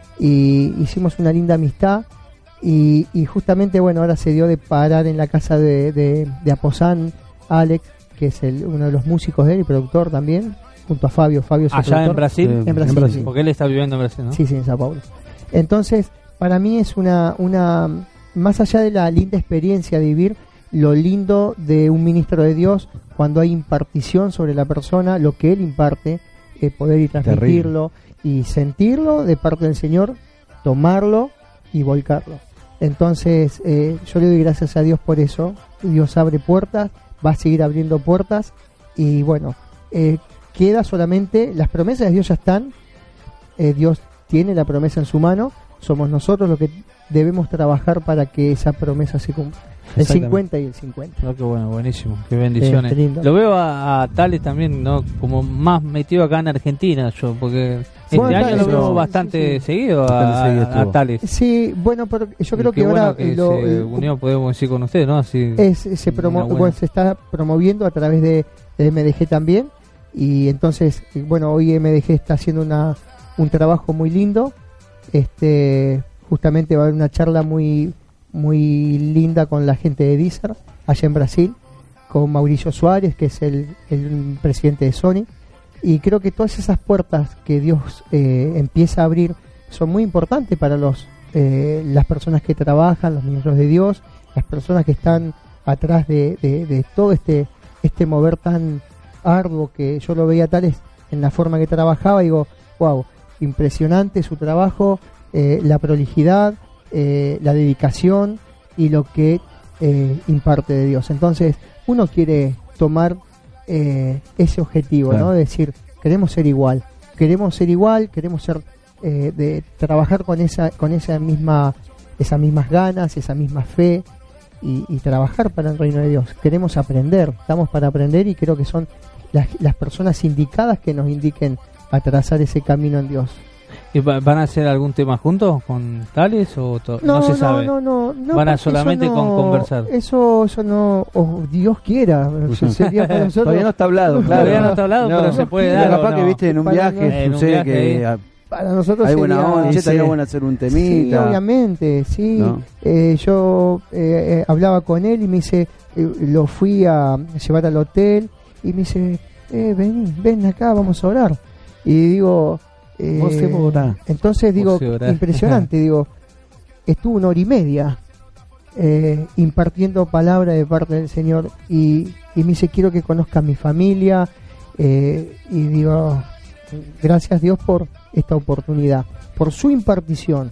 y hicimos una linda amistad y, y justamente bueno, ahora se dio de parar en la casa de, de, de Aposán, Alex, que es el, uno de los músicos de él y productor también, junto a Fabio. Fabio es el Allá en productor. Brasil. Sí, En Brasil, sí. Porque él está viviendo en Brasil, ¿no? Sí, sí, en Sao Paulo. Entonces, para mí es una, una, más allá de la linda experiencia de vivir, lo lindo de un ministro de Dios, cuando hay impartición sobre la persona, lo que él imparte, eh, poder y transmitirlo y sentirlo de parte del Señor, tomarlo y volcarlo. Entonces, eh, yo le doy gracias a Dios por eso. Dios abre puertas, va a seguir abriendo puertas y bueno, eh, queda solamente, las promesas de Dios ya están, eh, Dios tiene la promesa en su mano, somos nosotros los que debemos trabajar para que esa promesa se cumpla. El Exactamente. cincuenta y el cincuenta. No, qué bueno, buenísimo, qué bendiciones. Sí, qué lindo. Lo veo a, a Tales también, ¿no? Como más metido acá en Argentina, yo, porque este Bueno, año Tales, lo veo sí, bastante sí. seguido a, Bastante seguido a- a estuvo. Tales. Sí, bueno, pero yo creo Y qué que ahora bueno que lo- se el- unió, podemos decir, con usted, ¿no? Así, es, se, promo- una buena- bueno, se está promoviendo a través de, de M D G también y entonces eh, bueno, hoy M D G está haciendo una un trabajo muy lindo. Este, justamente va a haber una charla muy muy linda con la gente de Deezer allá en Brasil, con Mauricio Suárez, que es el, el presidente de Sony, y creo que todas esas puertas que Dios eh, empieza a abrir son muy importantes para los eh, las personas que trabajan, los ministros de Dios, las personas que están atrás de, de, de todo este este mover tan arduo, que yo lo veía Tales en la forma que trabajaba, digo, wow, impresionante su trabajo, eh, la prolijidad, eh, la dedicación y lo que eh, imparte de Dios. Entonces uno quiere tomar eh, ese objetivo, Claro. ¿no? De decir, queremos ser igual, queremos ser igual, queremos ser eh, de trabajar con esa con esa misma esas mismas ganas, esa misma fe y, y trabajar para el reino de Dios. Queremos aprender, estamos para aprender y creo que son las, las personas indicadas que nos indiquen a trazar ese camino en Dios. ¿Y va- van a hacer algún tema juntos con Tales o to- no, se sabe? No, no, no, Van a porque solamente eso con no- conversar. Eso, eso no, o Dios quiera, eso sería para nosotros. Todavía no está hablado, claro. Todavía no está hablado, pero se puede Y dar. capaz ¿o que no? viste en un Para viaje, no- En un sucede viaje que ahí. ah, Para nosotros hay buena sería- onda, che, Sí. estaría bueno hacer un Sí, temita. obviamente, sí. ¿No? Eh, yo eh, eh, hablaba con él y me dice, eh, lo fui a llevar al hotel y me dice, eh, ven, ven acá, vamos a orar. Y digo, eh, Vos se orá. entonces digo, Vos se orá. impresionante, digo, estuvo una hora y media eh, impartiendo palabra de parte del Señor y, y me dice, quiero que conozca a mi familia eh, y digo, gracias Dios por esta oportunidad, por su impartición,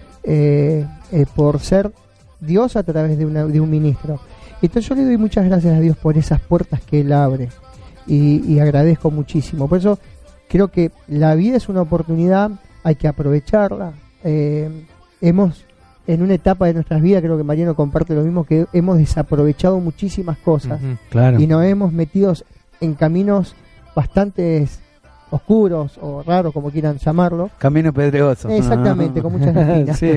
eh, eh, por ser Dios a través de, una, de un ministro. Entonces yo le doy muchas gracias a Dios por esas puertas que Él abre y, y agradezco muchísimo. Por eso creo que la vida es una oportunidad, hay que aprovecharla. Eh, hemos, en una etapa de nuestras vidas, creo que Mariano comparte lo mismo, que hemos desaprovechado muchísimas cosas Ujú. Claro. y nos hemos metido en caminos bastante oscuros o raros, como quieran llamarlo. Camino pedregoso. Exactamente, con muchas espinas. Sí.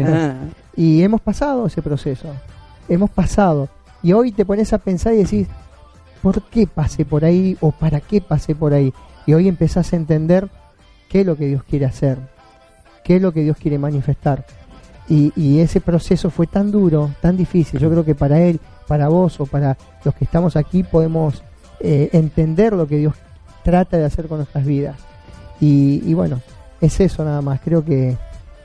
Y hemos pasado ese proceso, hemos pasado. Y hoy te pones a pensar y decís, ¿por qué pasé por ahí o para qué pasé por ahí? Y hoy empezás a entender qué es lo que Dios quiere hacer, qué es lo que Dios quiere manifestar. Y, y ese proceso fue tan duro, tan difícil. Yo creo que para él, para vos o para los que estamos aquí podemos eh, entender lo que Dios trata de hacer con nuestras vidas. Y, y bueno, es eso nada más. Creo que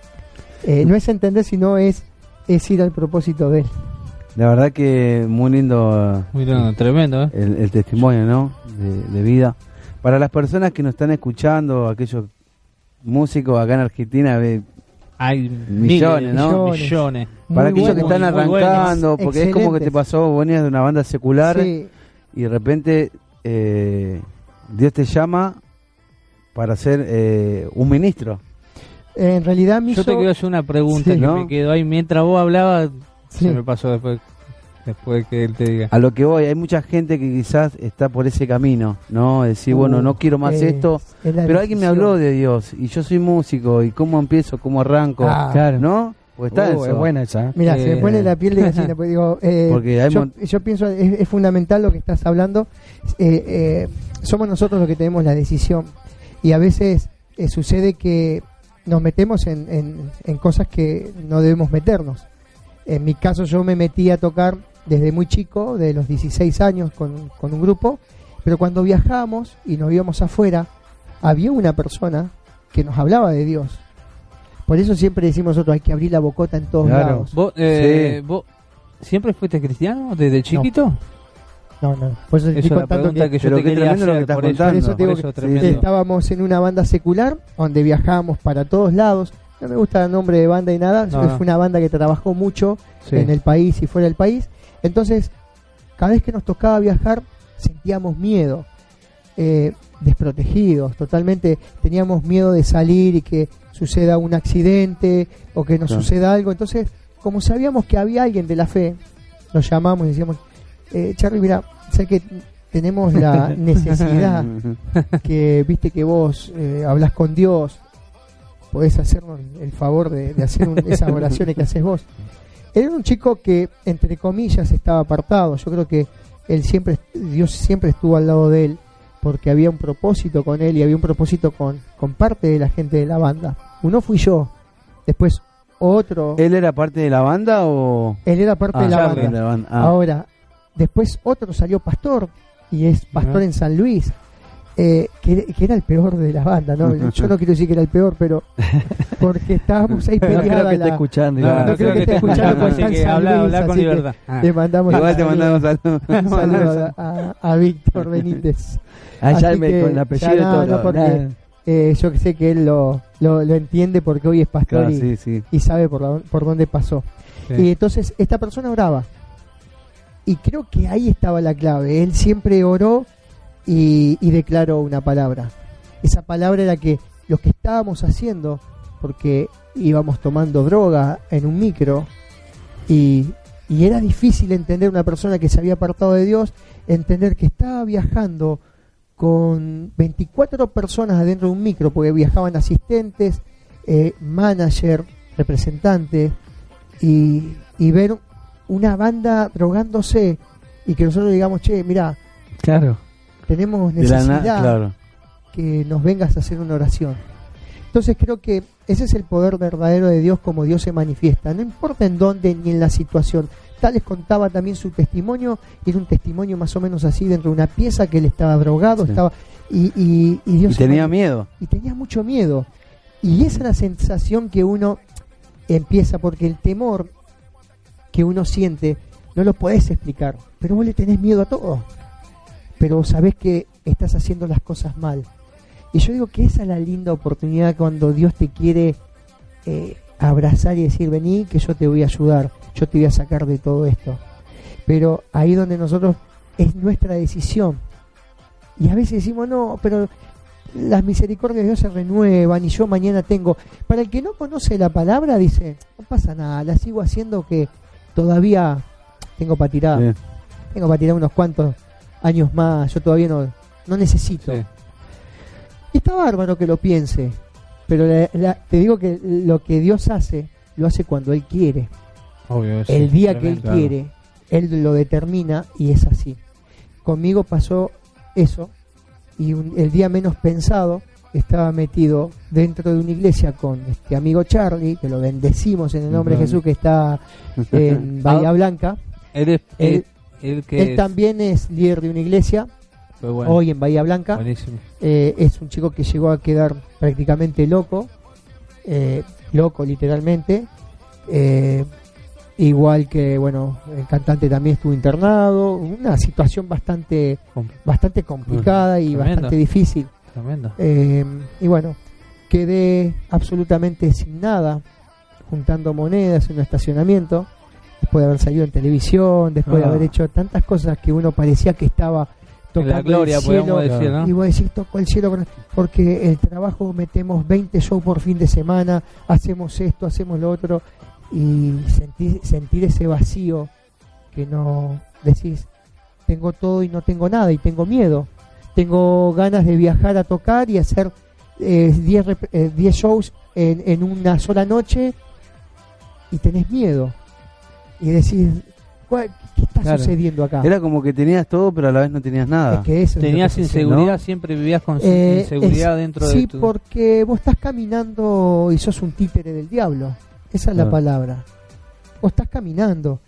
eh, no es entender, sino es, es ir al propósito de Él. La verdad que muy lindo Muy lindo, tremendo, ¿eh? el, el testimonio, ¿no? De, de vida. Para las personas que nos están escuchando, aquellos músicos acá en Argentina, ve, Hay Millones, miles, ¿no? Millones. para Muy aquellos que bueno, están muy buenos, arrancando, porque es como que te excelentes. pasó, vos venías de una banda secular Sí, y de repente eh, Dios te llama para ser eh, un ministro. en realidad me Yo hizo- te quiero hacer una pregunta Sí. que ¿No? me quedó ahí mientras vos hablabas, Sí. se me pasó después. después que él te diga. A lo que voy, hay mucha gente que quizás está por ese camino, ¿no? Decir, Uh, bueno, no quiero más es- esto, es la pero alguien me decisión. habló de Dios y yo soy músico y cómo empiezo, cómo arranco, Ah, Claro. ¿no? Pues está Uh, eso. es buena esa. ¿eh? Mira, Eh, se me pone la piel de gallina, pues digo, eh, Porque hay yo, mon- yo pienso, es, es fundamental lo que estás hablando, eh, eh, somos nosotros los que tenemos la decisión, y a veces eh, sucede que nos metemos en, en, en cosas que no debemos meternos. En mi caso yo me metí a tocar desde muy chico, de los dieciséis años, con, con un grupo, pero cuando viajábamos y nos íbamos afuera, había una persona que nos hablaba de Dios. Por eso siempre decimos nosotros, hay que abrir la bocota en todos Claro. lados. ¿Vos, eh, Sí. ¿Vos siempre fuiste cristiano desde chiquito? No, no, por eso te Esa estoy es la contando pregunta que, que yo Pero te qué quería tremendo lo que hacer. estás Por eso, contando. por eso te digo por eso, que tremendo. estábamos en una banda secular donde viajábamos para todos lados. No me gusta el nombre de banda y nada, No, fue no. una banda que trabajó mucho Sí. en el país y fuera del país. Entonces, cada vez que nos tocaba viajar, sentíamos miedo, eh, desprotegidos, totalmente teníamos miedo de salir y que suceda un accidente o que nos Claro. suceda algo. Entonces, como sabíamos que había alguien de la fe, nos llamamos y decíamos, eh, Charly, mira, sé que tenemos la necesidad que viste que vos eh, hablas con Dios, podés hacernos el favor de, de hacer un- esas oraciones que haces vos. Él era un chico que, entre comillas, estaba apartado. Yo creo que él siempre, Dios siempre estuvo al lado de él, porque había un propósito con él y había un propósito con, con parte de la gente de la banda. Uno fui yo, después otro. Él, ¿Él era parte de la banda o...? era parte Ah, de la Charly. banda. de la banda. Ah. Ahora, después otro salió pastor y es pastor Ajá. en San Luis, eh, que, que era el peor de la banda, ¿no? Yo no quiero decir que era el peor, pero porque estábamos ahí No creo peleada que esté la- escuchando. No, No, no, creo que esté escuchando, porque así está en que San habla, Luis, habla con así que libertad. Ah. Le mandamos Igual un te saludo, mandamos saludos. un saludo a, a, a Víctor Benítez. Ah, ya Así me- que- con el apellido ya y no, todo. no, porque- Nada. Eh, yo que sé que él lo, lo, lo entiende porque hoy es pastor Claro, y, sí, sí. y sabe por, la- por dónde pasó. Sí. Y entonces esta persona oraba. Y creo que ahí estaba la clave. Él siempre oró y, y declaró una palabra. Esa palabra era que lo que estábamos haciendo, porque íbamos tomando droga en un micro, y, y era difícil entender una persona que se había apartado de Dios, entender que estaba viajando con veinticuatro personas adentro de un micro, porque viajaban asistentes, eh, manager, representantes, y, y ver una banda drogándose y que nosotros digamos, che, mira, Claro. tenemos De la necesidad na- claro. que nos vengas a hacer una oración. Entonces creo que ese es el poder verdadero de Dios, como Dios se manifiesta, no importa en dónde ni en la situación. Tal les contaba también su testimonio, era un testimonio más o menos así dentro de una pieza, que él estaba drogado, Sí. estaba y, y, y Dios Y se tenía mani- miedo. y tenía mucho miedo. Y esa es la sensación que uno empieza, porque el temor que uno siente no lo podés explicar, pero vos le tenés miedo a todo, pero sabés que estás haciendo las cosas mal. Y yo digo que esa es la linda oportunidad cuando Dios te quiere eh, abrazar y decir, vení que yo te voy a ayudar, yo te voy a sacar de todo esto. Pero ahí donde nosotros, es nuestra decisión. Y a veces decimos, no, pero las misericordias de Dios se renuevan y yo mañana tengo... Para el que no conoce la palabra, dice, no pasa nada, la sigo haciendo que todavía tengo para tirar. Sí. Tengo para tirar unos cuantos años más, yo todavía no, no necesito. Sí. Y está bárbaro que lo piense, pero la- la- te digo que lo que Dios hace, lo hace cuando Él quiere. Obvio, sí, El día que Él tremendo. quiere, Él lo determina y es así. Conmigo pasó eso, y un- el día menos pensado estaba metido dentro de una iglesia con este amigo Charly, que lo bendecimos en el nombre de Ujú. Jesús, que está en Bahía Blanca. Él, es, Él- él, él que Él es- también es líder de una iglesia, fue bueno, hoy en Bahía Blanca. buenísimo. Eh, es un chico que llegó a quedar prácticamente loco, eh, loco literalmente. Eh, igual que, bueno, el cantante también estuvo internado. Una situación bastante, Com- bastante complicada y Tremendo. bastante difícil. Tremendo. Eh, y bueno, quedé absolutamente sin nada, juntando monedas en un estacionamiento, después de haber salido en televisión, después de Ah. haber hecho tantas cosas que uno parecía que estaba En tocando la gloria, el cielo, podemos decir, ¿no? y vos decís, tocó el cielo, porque el trabajo metemos veinte shows por fin de semana, hacemos esto, hacemos lo otro, y sentir, sentir ese vacío porque no decís, tengo todo y no tengo nada y tengo miedo. Tengo ganas de viajar a tocar y hacer diez eh, eh, shows en, en una sola noche y tenés miedo. Y decís, ¿cuál, ¿qué está claro. sucediendo acá? Era como que tenías todo, pero a la vez no tenías nada. Es que eso Tenías es lo que inseguridad, ¿no? siempre vivías con Eh, inseguridad es- dentro sí, de tu... porque vos estás caminando y sos un títere del diablo. Esa es Claro. la palabra. Vos estás caminando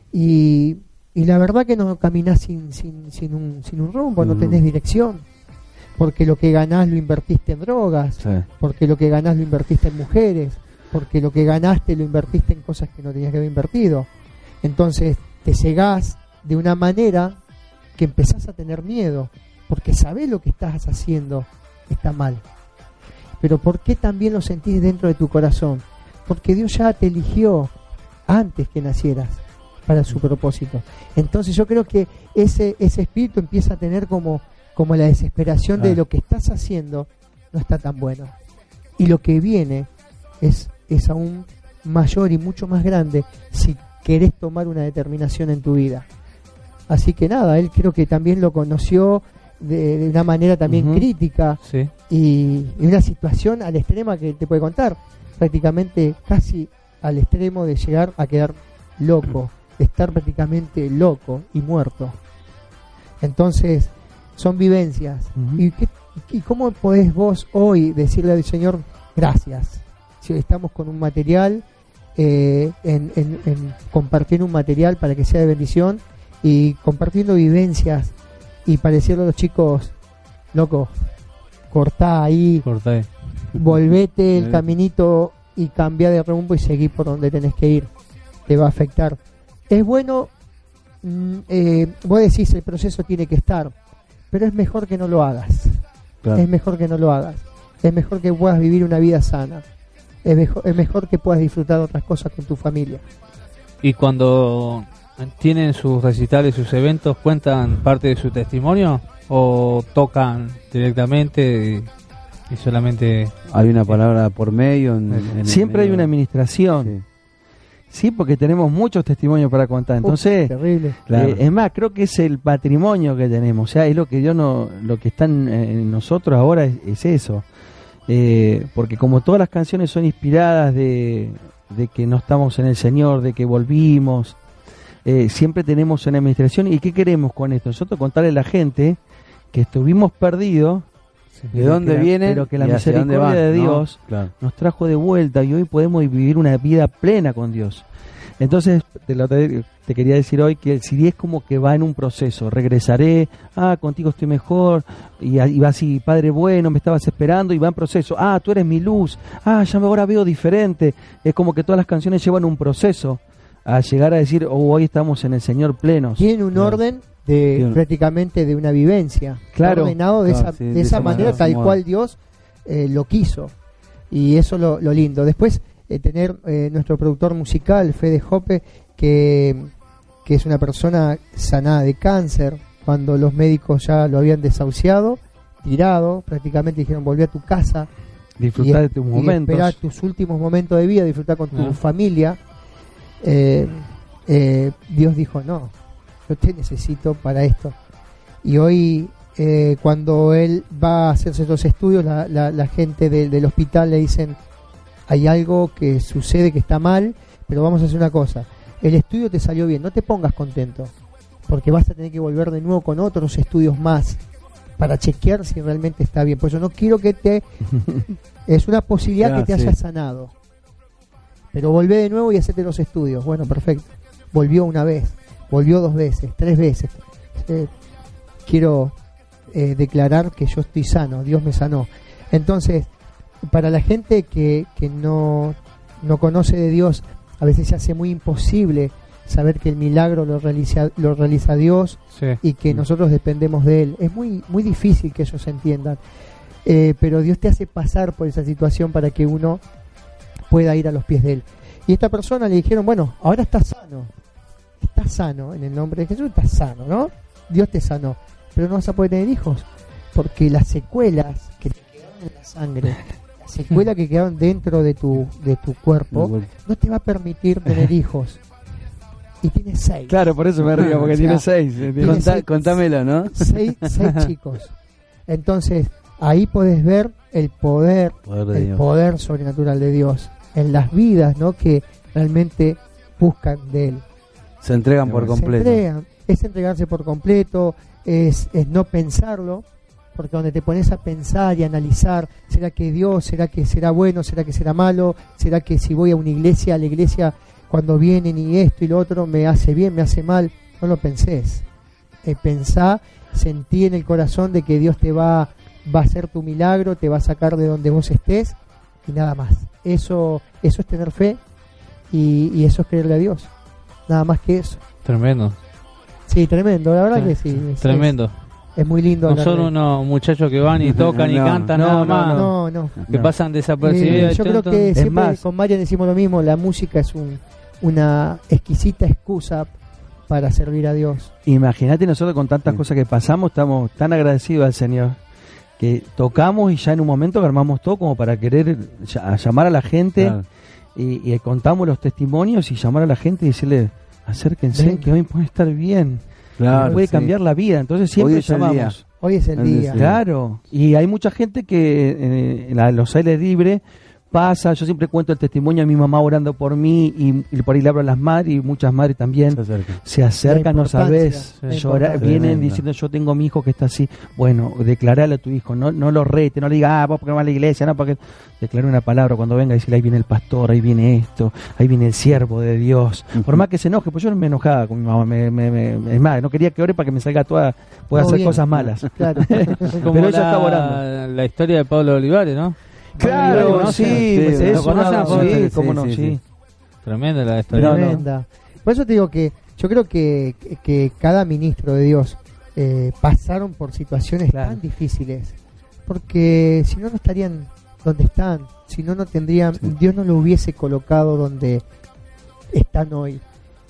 y, y la verdad que no caminás sin, sin, sin, un, sin un rumbo, no Ujú. tenés dirección. Porque lo que ganás lo invertiste en drogas, Sí. porque lo que ganás lo invertiste en mujeres, porque lo que ganaste lo invertiste en cosas que no tenías que haber invertido. Entonces te cegás de una manera que empezás a tener miedo, porque sabés lo que estás haciendo está mal. Pero ¿por qué también lo sentís dentro de tu corazón? Porque Dios ya te eligió antes que nacieras para su propósito. Entonces yo creo que ese, ese espíritu empieza a tener como, como la desesperación de Ah. lo que estás haciendo no está tan bueno. Y lo que viene es, es aún mayor y mucho más grande si querés tomar una determinación en tu vida. Así que nada, él creo que también lo conoció de, de una manera también Ujú. crítica Sí. y, y una situación al extrema que te puede contar, prácticamente casi al extremo de llegar a quedar loco, de estar prácticamente loco y muerto. Entonces, son vivencias. Ujú. ¿Y, qué, ¿Y cómo podés vos hoy decirle al Señor gracias? Si estamos con un material, eh, en, en, en compartiendo un material para que sea de bendición y compartiendo vivencias y para decirle a los chicos, loco, cortá ahí, Corta ahí. volvete el Sí. caminito y cambia de rumbo y seguí por donde tenés que ir. Te va a afectar. Es bueno, mm, eh, vos decís el proceso tiene que estar, pero es mejor que no lo hagas. Claro. Es mejor que no lo hagas. Es mejor que puedas vivir una vida sana. Es mejor, es mejor que puedas disfrutar de otras cosas con tu familia. Y cuando tienen sus recitales, sus eventos, ¿cuentan parte de su testimonio o tocan directamente y, y solamente... Hay una palabra por medio. En, en el Siempre hay medio. una administración. Sí. Sí, porque tenemos muchos testimonios para contar. Entonces, Uf, terrible. Claro. eh, es más, creo que es el patrimonio que tenemos. O sea, es lo que Dios no, lo que está en, en nosotros ahora es, es eso. Eh, porque como todas las canciones son inspiradas de, de que no estamos en el Señor, de que volvimos, eh, siempre tenemos una administración. ¿Y qué queremos con esto? Nosotros contarle a la gente que estuvimos perdidos, ¿De pero dónde que la- vienen? pero que la y hacia dónde misericordia van, de ¿no? Dios Claro. nos trajo de vuelta y hoy podemos vivir una vida plena con Dios. Entonces, te, lo, te, te quería decir hoy que el C D es como que va en un proceso. Regresaré, ah, contigo estoy mejor, y, y va así, Padre bueno, me estabas esperando, y va en proceso. Ah, tú eres mi luz, ah, ya ahora veo diferente. Es como que todas las canciones llevan un proceso a llegar a decir, oh, hoy estamos en el Señor plenos. Tiene un Claro. orden de Tiene- prácticamente de una vivencia. Claro. Ordenado de Claro, esa, sí, de de esa esa manera, manera, tal como- cual Dios eh, lo quiso. Y eso lo, lo lindo. Después, eh, tener eh, nuestro productor musical, Fede Jope, que, que es una persona sanada de cáncer, cuando los médicos ya lo habían desahuciado, tirado, prácticamente dijeron, volví a tu casa, Disfrutar y, de tus y momentos. esperar tus últimos momentos de vida, disfrutar con tu Ah. familia. Eh, eh, Dios dijo, no, yo te necesito para esto. Y hoy, eh, cuando él va a hacerse los estudios, la, la, la gente del, del hospital le dicen, hay algo que sucede que está mal, pero vamos a hacer una cosa, el estudio te salió bien, no te pongas contento, porque vas a tener que volver de nuevo con otros estudios más para chequear si realmente está bien. Por eso no quiero que te... es una posibilidad Claro, que te sí. hayas sanado, pero volvé de nuevo y hacete los estudios. Bueno, perfecto. Volvió una vez, volvió dos veces, tres veces. Eh, quiero eh, declarar que yo estoy sano, Dios me sanó. Entonces, para la gente que, que no, no conoce de Dios, a veces se hace muy imposible saber que el milagro lo realiza, lo realiza Dios Sí. y que nosotros dependemos de Él. Es muy, muy difícil que ellos entiendan. Eh, pero Dios te hace pasar por esa situación para que uno pueda ir a los pies de Él. Y esta persona le dijeron, bueno, ahora estás sano. Estás sano, en el nombre de Jesús estás sano, ¿no? Dios te sanó. Pero no vas a poder tener hijos, porque las secuelas que te quedaron en la sangre, las secuelas que quedaron dentro de tu, de tu cuerpo, no te va a permitir tener hijos. y tiene seis. Claro, por eso me río, porque O sea, tiene seis. tiene Contá- seis- contámelo, ¿no? Seis, seis chicos. Entonces, ahí podés ver el poder, Poder de el Dios. poder sobrenatural de Dios en las vidas, ¿no? Que realmente buscan de Él. Se entregan por Se completo. entregan. Es entregarse por completo, es, es no pensarlo, porque donde te pones a pensar y analizar, ¿será que Dios, será que será bueno, será que será malo, será que si voy a una iglesia, a la iglesia cuando vienen y esto y lo otro me hace bien, me hace mal? No lo pensés. Eh, pensá, sentí en el corazón de que Dios te va, va a hacer tu milagro, te va a sacar de donde vos estés y nada más. Eso, eso es tener fe y, y eso es creerle a Dios. Nada más que eso. Tremendo. Sí, tremendo, la verdad Sí, que sí. Es, Tremendo. Es, es muy lindo. No hablar son de- unos muchachos que van y tocan y No, cantan no, nada no, más. no, no. Que No. pasan Eh, desapercibidos. yo creo Tonto. que siempre más- con Marian decimos lo mismo, la música es un, una exquisita excusa para servir a Dios. Imagínate nosotros con tantas Sí. cosas que pasamos, estamos tan agradecidos al Señor, que tocamos y ya en un momento armamos todo como para querer ll- a llamar a la gente Claro. y, y contamos los testimonios y llamar a la gente y decirle, acérquense, Venga. que hoy puede estar bien, Claro, puede sí. cambiar la vida. Entonces siempre Hoy es el día. llamamos. Hoy es el Andes, día. sí. Claro, y hay mucha gente que eh, en la- los aires libres pasa, yo siempre cuento el testimonio de mi mamá orando por mí y, y por ahí le hablo a las madres y muchas madres también Se acerca. se acercan, no importancia, sabes, la llorar, importancia. vienen Tremendo. diciendo yo tengo mi hijo que está así, bueno, declarale a tu hijo, no, no lo rete, no le diga, ah, vos porque no vas a la iglesia, no, porque declare una palabra cuando venga y decirle ahí viene el pastor, ahí viene esto, ahí viene el siervo de Dios, por más que se enoje, pues yo no me enojaba con mi mamá, me, me, me- es más, no quería que ore para que me salga toda, pueda Todo hacer bien. cosas malas. Claro. Como Pero ella la, estaba orando. la historia de Pablo Olivares, ¿no? Claro, ¿Lo sí, conocen? pues Sí, es ¿lo conocen? una- ¿Cómo sí, se- cómo sí, no, sí, sí. sí. Tremenda la historia. No, no. Tremenda. Por eso te digo que yo creo que, que cada ministro de Dios eh, pasaron por situaciones Claro. tan difíciles, porque si no, no estarían donde están, si no, no tendrían, Sí. Dios no lo hubiese colocado donde están hoy.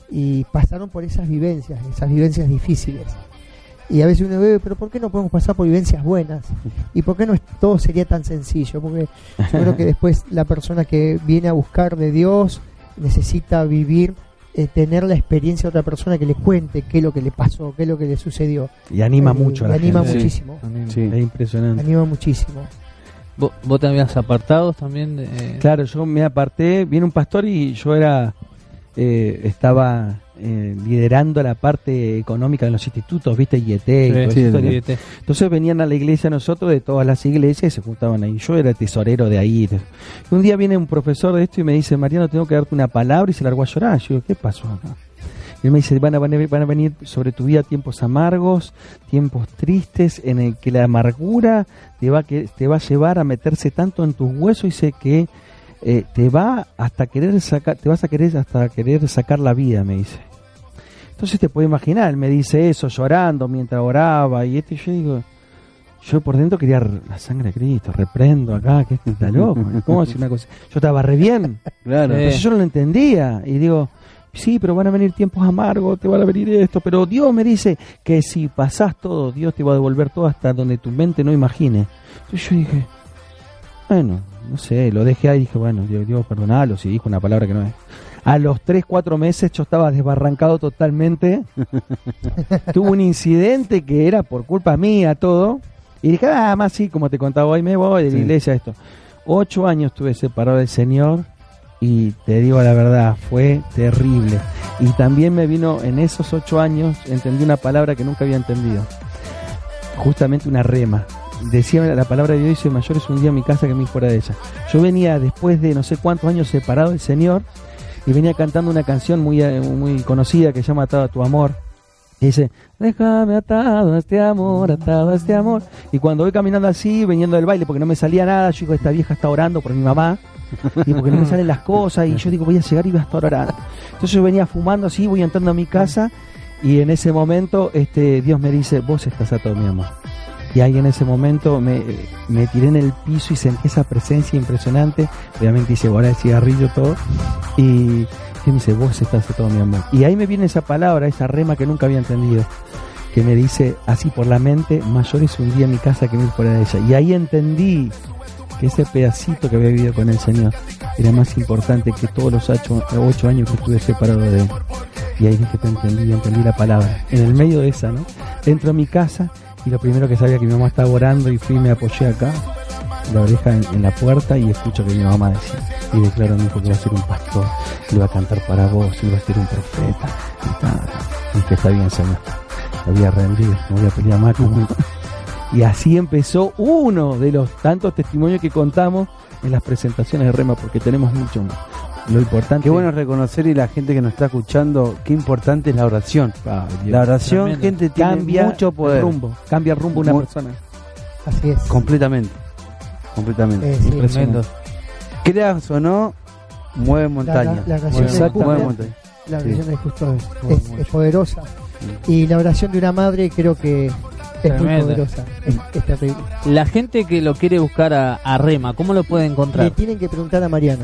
Y pasaron por esas vivencias, esas vivencias difíciles. Y a veces uno ve, pero ¿por qué no podemos pasar por vivencias buenas? ¿Y por qué no es- todo sería tan sencillo? Porque yo creo que después la persona que viene a buscar de Dios necesita vivir, eh, tener la experiencia de otra persona que le cuente qué es lo que le pasó, qué es lo que le sucedió. Y anima Eh, mucho a y la anima gente. muchísimo. Sí. Es impresionante. Anima muchísimo. ¿Vos, vos te habías apartado también? De, eh, Claro, yo me aparté, viene un pastor y yo era eh, estaba eh, liderando la parte económica de los institutos, ¿viste? I E T y toda esa sí, historia. sí, te- Entonces venían a la iglesia nosotros de todas las iglesias y se juntaban ahí. Yo era tesorero de ahí. Y un día viene un profesor de esto y me dice, Mariano, tengo que darte una palabra, y se largó a llorar. Yo digo, ¿qué pasó acá? Y él me dice, van a, venir, van a venir sobre tu vida tiempos amargos, tiempos tristes, en el que la amargura te va, a que, te va a llevar a meterse tanto en tus huesos y sé que eh, te va hasta querer sacar, te vas a querer hasta querer sacar la vida, me dice. Entonces te puedes imaginar, él me dice eso llorando mientras oraba y esto, y yo digo, yo por dentro quería r- la sangre de Cristo, reprendo acá, que este está loco, ¿cómo decir una cosa? Yo estaba re bien, Claro. Eh. entonces yo no lo entendía y digo, sí, pero van a venir tiempos amargos, te van a venir esto, pero Dios me dice que si pasás todo, Dios te va a devolver todo hasta donde tu mente no imagine. Entonces yo dije, bueno, no sé, lo dejé ahí y dije, bueno, Dios, Dios perdonalo si dijo una palabra que no es. A los tres, cuatro meses yo estaba desbarrancado totalmente. Tuve un incidente que era por culpa mía todo. Y dije, ah, más sí, como te contaba hoy, me voy de la Sí. iglesia, esto. Ocho años estuve separado del Señor y te digo la verdad, fue terrible. Y también me vino, en esos ocho años, entendí una palabra que nunca había entendido. Justamente una rema. Decía la palabra de Dios, dice, mayor es un día en mi casa que mil fuera de ella. Yo venía después de no sé cuántos años separado del Señor y venía cantando una canción muy, eh, muy conocida que se llama Atado a tu amor. Y dice, déjame atado a este amor, atado a este amor. Y cuando voy caminando así, viniendo del baile, porque no me salía nada, yo digo, esta vieja está orando por mi mamá, y porque no me salen las cosas, y yo digo, voy a llegar y voy a estar orando. Entonces yo venía fumando así, voy entrando a mi casa, y en ese momento este Dios me dice, vos estás atado, mi amor. Y ahí en ese momento me, me tiré en el piso y sentí esa presencia impresionante. Obviamente hice bola de cigarrillo todo. Y, y me dice, vos estás atado, mi amor. Y ahí me viene esa palabra, esa rema que nunca había entendido. Que me dice, así por la mente, mayor es un día en mi casa que mil fuera de ella. Y ahí entendí que ese pedacito que había vivido con el Señor era más importante que todos los ocho, ocho años que estuve separado de él. Y ahí dije, te entendí, entendí la palabra. En el medio de esa, ¿no? Entro a mi casa y lo primero que sabía que mi mamá estaba orando y fui y me apoyé acá, la oreja en, en la puerta, y escucho que mi mamá decía, y declaro a mi hijo que va a ser un pastor, le va a cantar para vos, y va a ser un profeta, y tal. Y dije, está bien, Señor, me voy a rendir, no voy a pelear más con... Y así empezó uno de los tantos testimonios que contamos en las presentaciones de Rema, porque tenemos mucho más. Lo importante. Qué bueno reconocer, y la gente que nos está escuchando, qué importante es la oración. Ah, la oración, tremendo. Gente, tiene cambia mucho poder. El rumbo, cambia el rumbo de una Muy, persona. Así es. Completamente. Completamente. Eh, sí. Tremendo. Creas o no, mueve montaña. La, la, la oración mueve, del justo, mueve montaña. La oración sí. del justo es, es, es poderosa. Sí. Y la oración de una madre creo que es tremendo. Muy poderosa. Es, es terrible. La gente que lo quiere buscar a, a Rema, ¿cómo lo puede encontrar? Le tienen que preguntar a Mariano.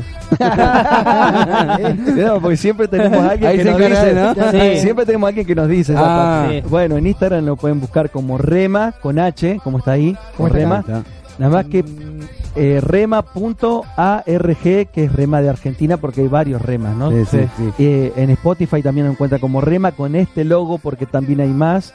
No, porque siempre tenemos a alguien Ahí que se nos encarga, dice, ¿no? Sí. Siempre tenemos a alguien que nos dice esa Ah. parte. Sí. Bueno, en Instagram lo pueden buscar como Rema, con H, como está ahí, con está Rema. acá? Nada más que eh, rema punto org, que es Rema de Argentina, porque hay varios remas, ¿no? Sí, sí, sí. Eh, en Spotify también lo encuentra como Rema, con este logo, porque también hay más.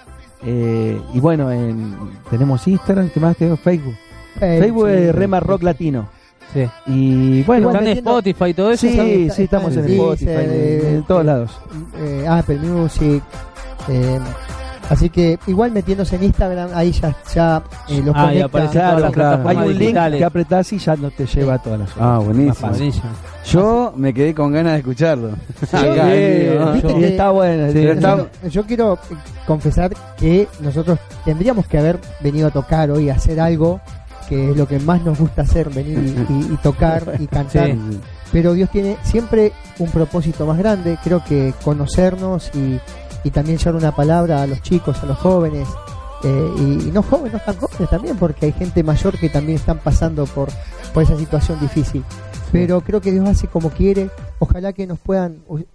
Eh, y bueno, en, tenemos Instagram, ¿qué más tenemos? Facebook. Eh, Facebook sí, es sí, Rema sí. Rock Latino. Sí. Y bueno, ¿Están en metiendo- Spotify y todo eso? sí, está- sí, estamos está en en Spotify, Deezer, en, en eh, todos eh, lados. eh, Apple Music. Eh, así que igual metiéndose en Instagram, ahí ya, ya eh, los Ah, y conecta. aparece Claro, todas las claro. Hay plataformas un link digitales. que apretás y ya no te lleva a todas las Ah, Más buenísimo. fácil. Buenísimo. Yo me quedé con ganas de escucharlo. Acá, Sí, digo, viste y que- está bueno. Sí, pero está- está- Yo quiero eh, confesar que nosotros tendríamos que haber venido a tocar hoy, a hacer algo que es lo que más nos gusta hacer, venir y, y- y tocar y cantar. Sí. Pero Dios tiene siempre un propósito más grande, creo que conocernos y, y también llevar una palabra a los chicos, a los jóvenes, eh, y, y no jóvenes, no tan jóvenes también, porque hay gente mayor que también están pasando por, por esa situación difícil. Pero creo que Dios hace como quiere. Ojalá que nos puedan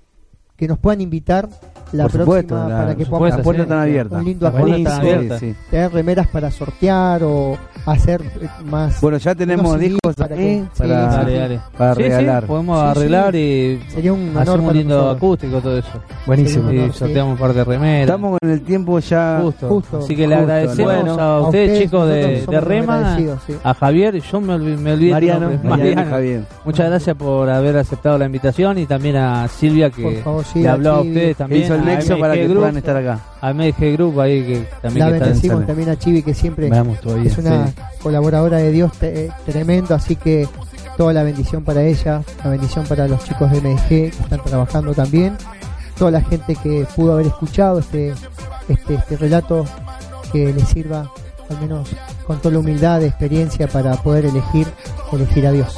que nos puedan invitar la Por próxima supuesto, la- para que por podamos supuesto, Las puertas sí. están abiertas. un lindo Las puertas acuerdo, están abiertas. Sí, sí. tener remeras para sortear o hacer eh, más. Bueno, ya tenemos unos C Ds discos para ahí que- para, sí, Dale, dale. para Sí, sí, regalar. podemos Sí, sí. arreglar y Sería un honor hacemos un para lindo nosotros. acústico, todo eso. Buenísimo. Sí, Y honor, sí. sorteamos un par de remeras. Estamos con el tiempo ya. Justo. Justo, Así que le justo, agradecemos bueno. a A ustedes, ustedes, chicos de, nosotros de somos Rema, agradecidos, sí. a Javier, yo me, olvi- me olvidé. tu Mariano, nombre, Mariano y Mariano. Javier. Muchas gracias por haber aceptado la invitación, y también a Silvia, que Por favor, sí, le a habló a Chivi, ustedes Que también. hizo el a nexo M G para que Group, puedan estar acá. a M G Group ahí, que también La que está en bendecimos Salem. también a Chivi, que siempre Veamos todavía. es una sí. colaboradora de Dios te- eh, tremendo, así que toda la bendición para ella, la bendición para los chicos de M G que están trabajando también, toda la gente que pudo haber escuchado este este, este relato, que les sirva al menos con toda la humildad de experiencia para poder elegir elegir a Dios.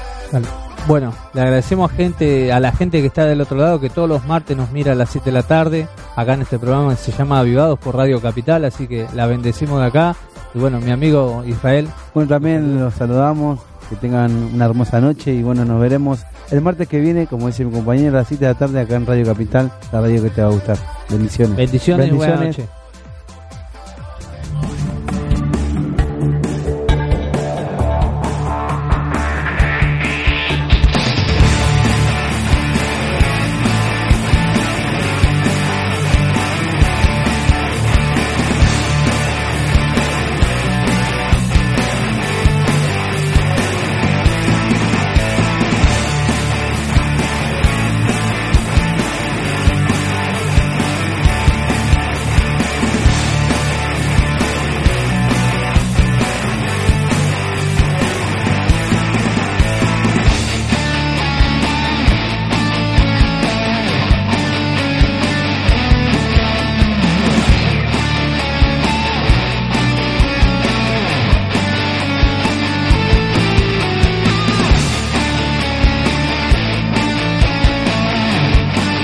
Bueno, le agradecemos a gente, a la gente que está del otro lado, que todos los martes nos mira a las siete de la tarde, acá en este programa que se llama Avivados por Radio Capital, así que la bendecimos de acá. Y bueno, mi amigo Israel, Bueno, también los saludamos. Que tengan una hermosa noche. Y bueno, nos veremos el martes que viene, como dice mi compañero, a las siete de la tarde acá en Radio Capital, la radio que te va a gustar. Bendiciones. bendiciones, y buenas Bendiciones. noches.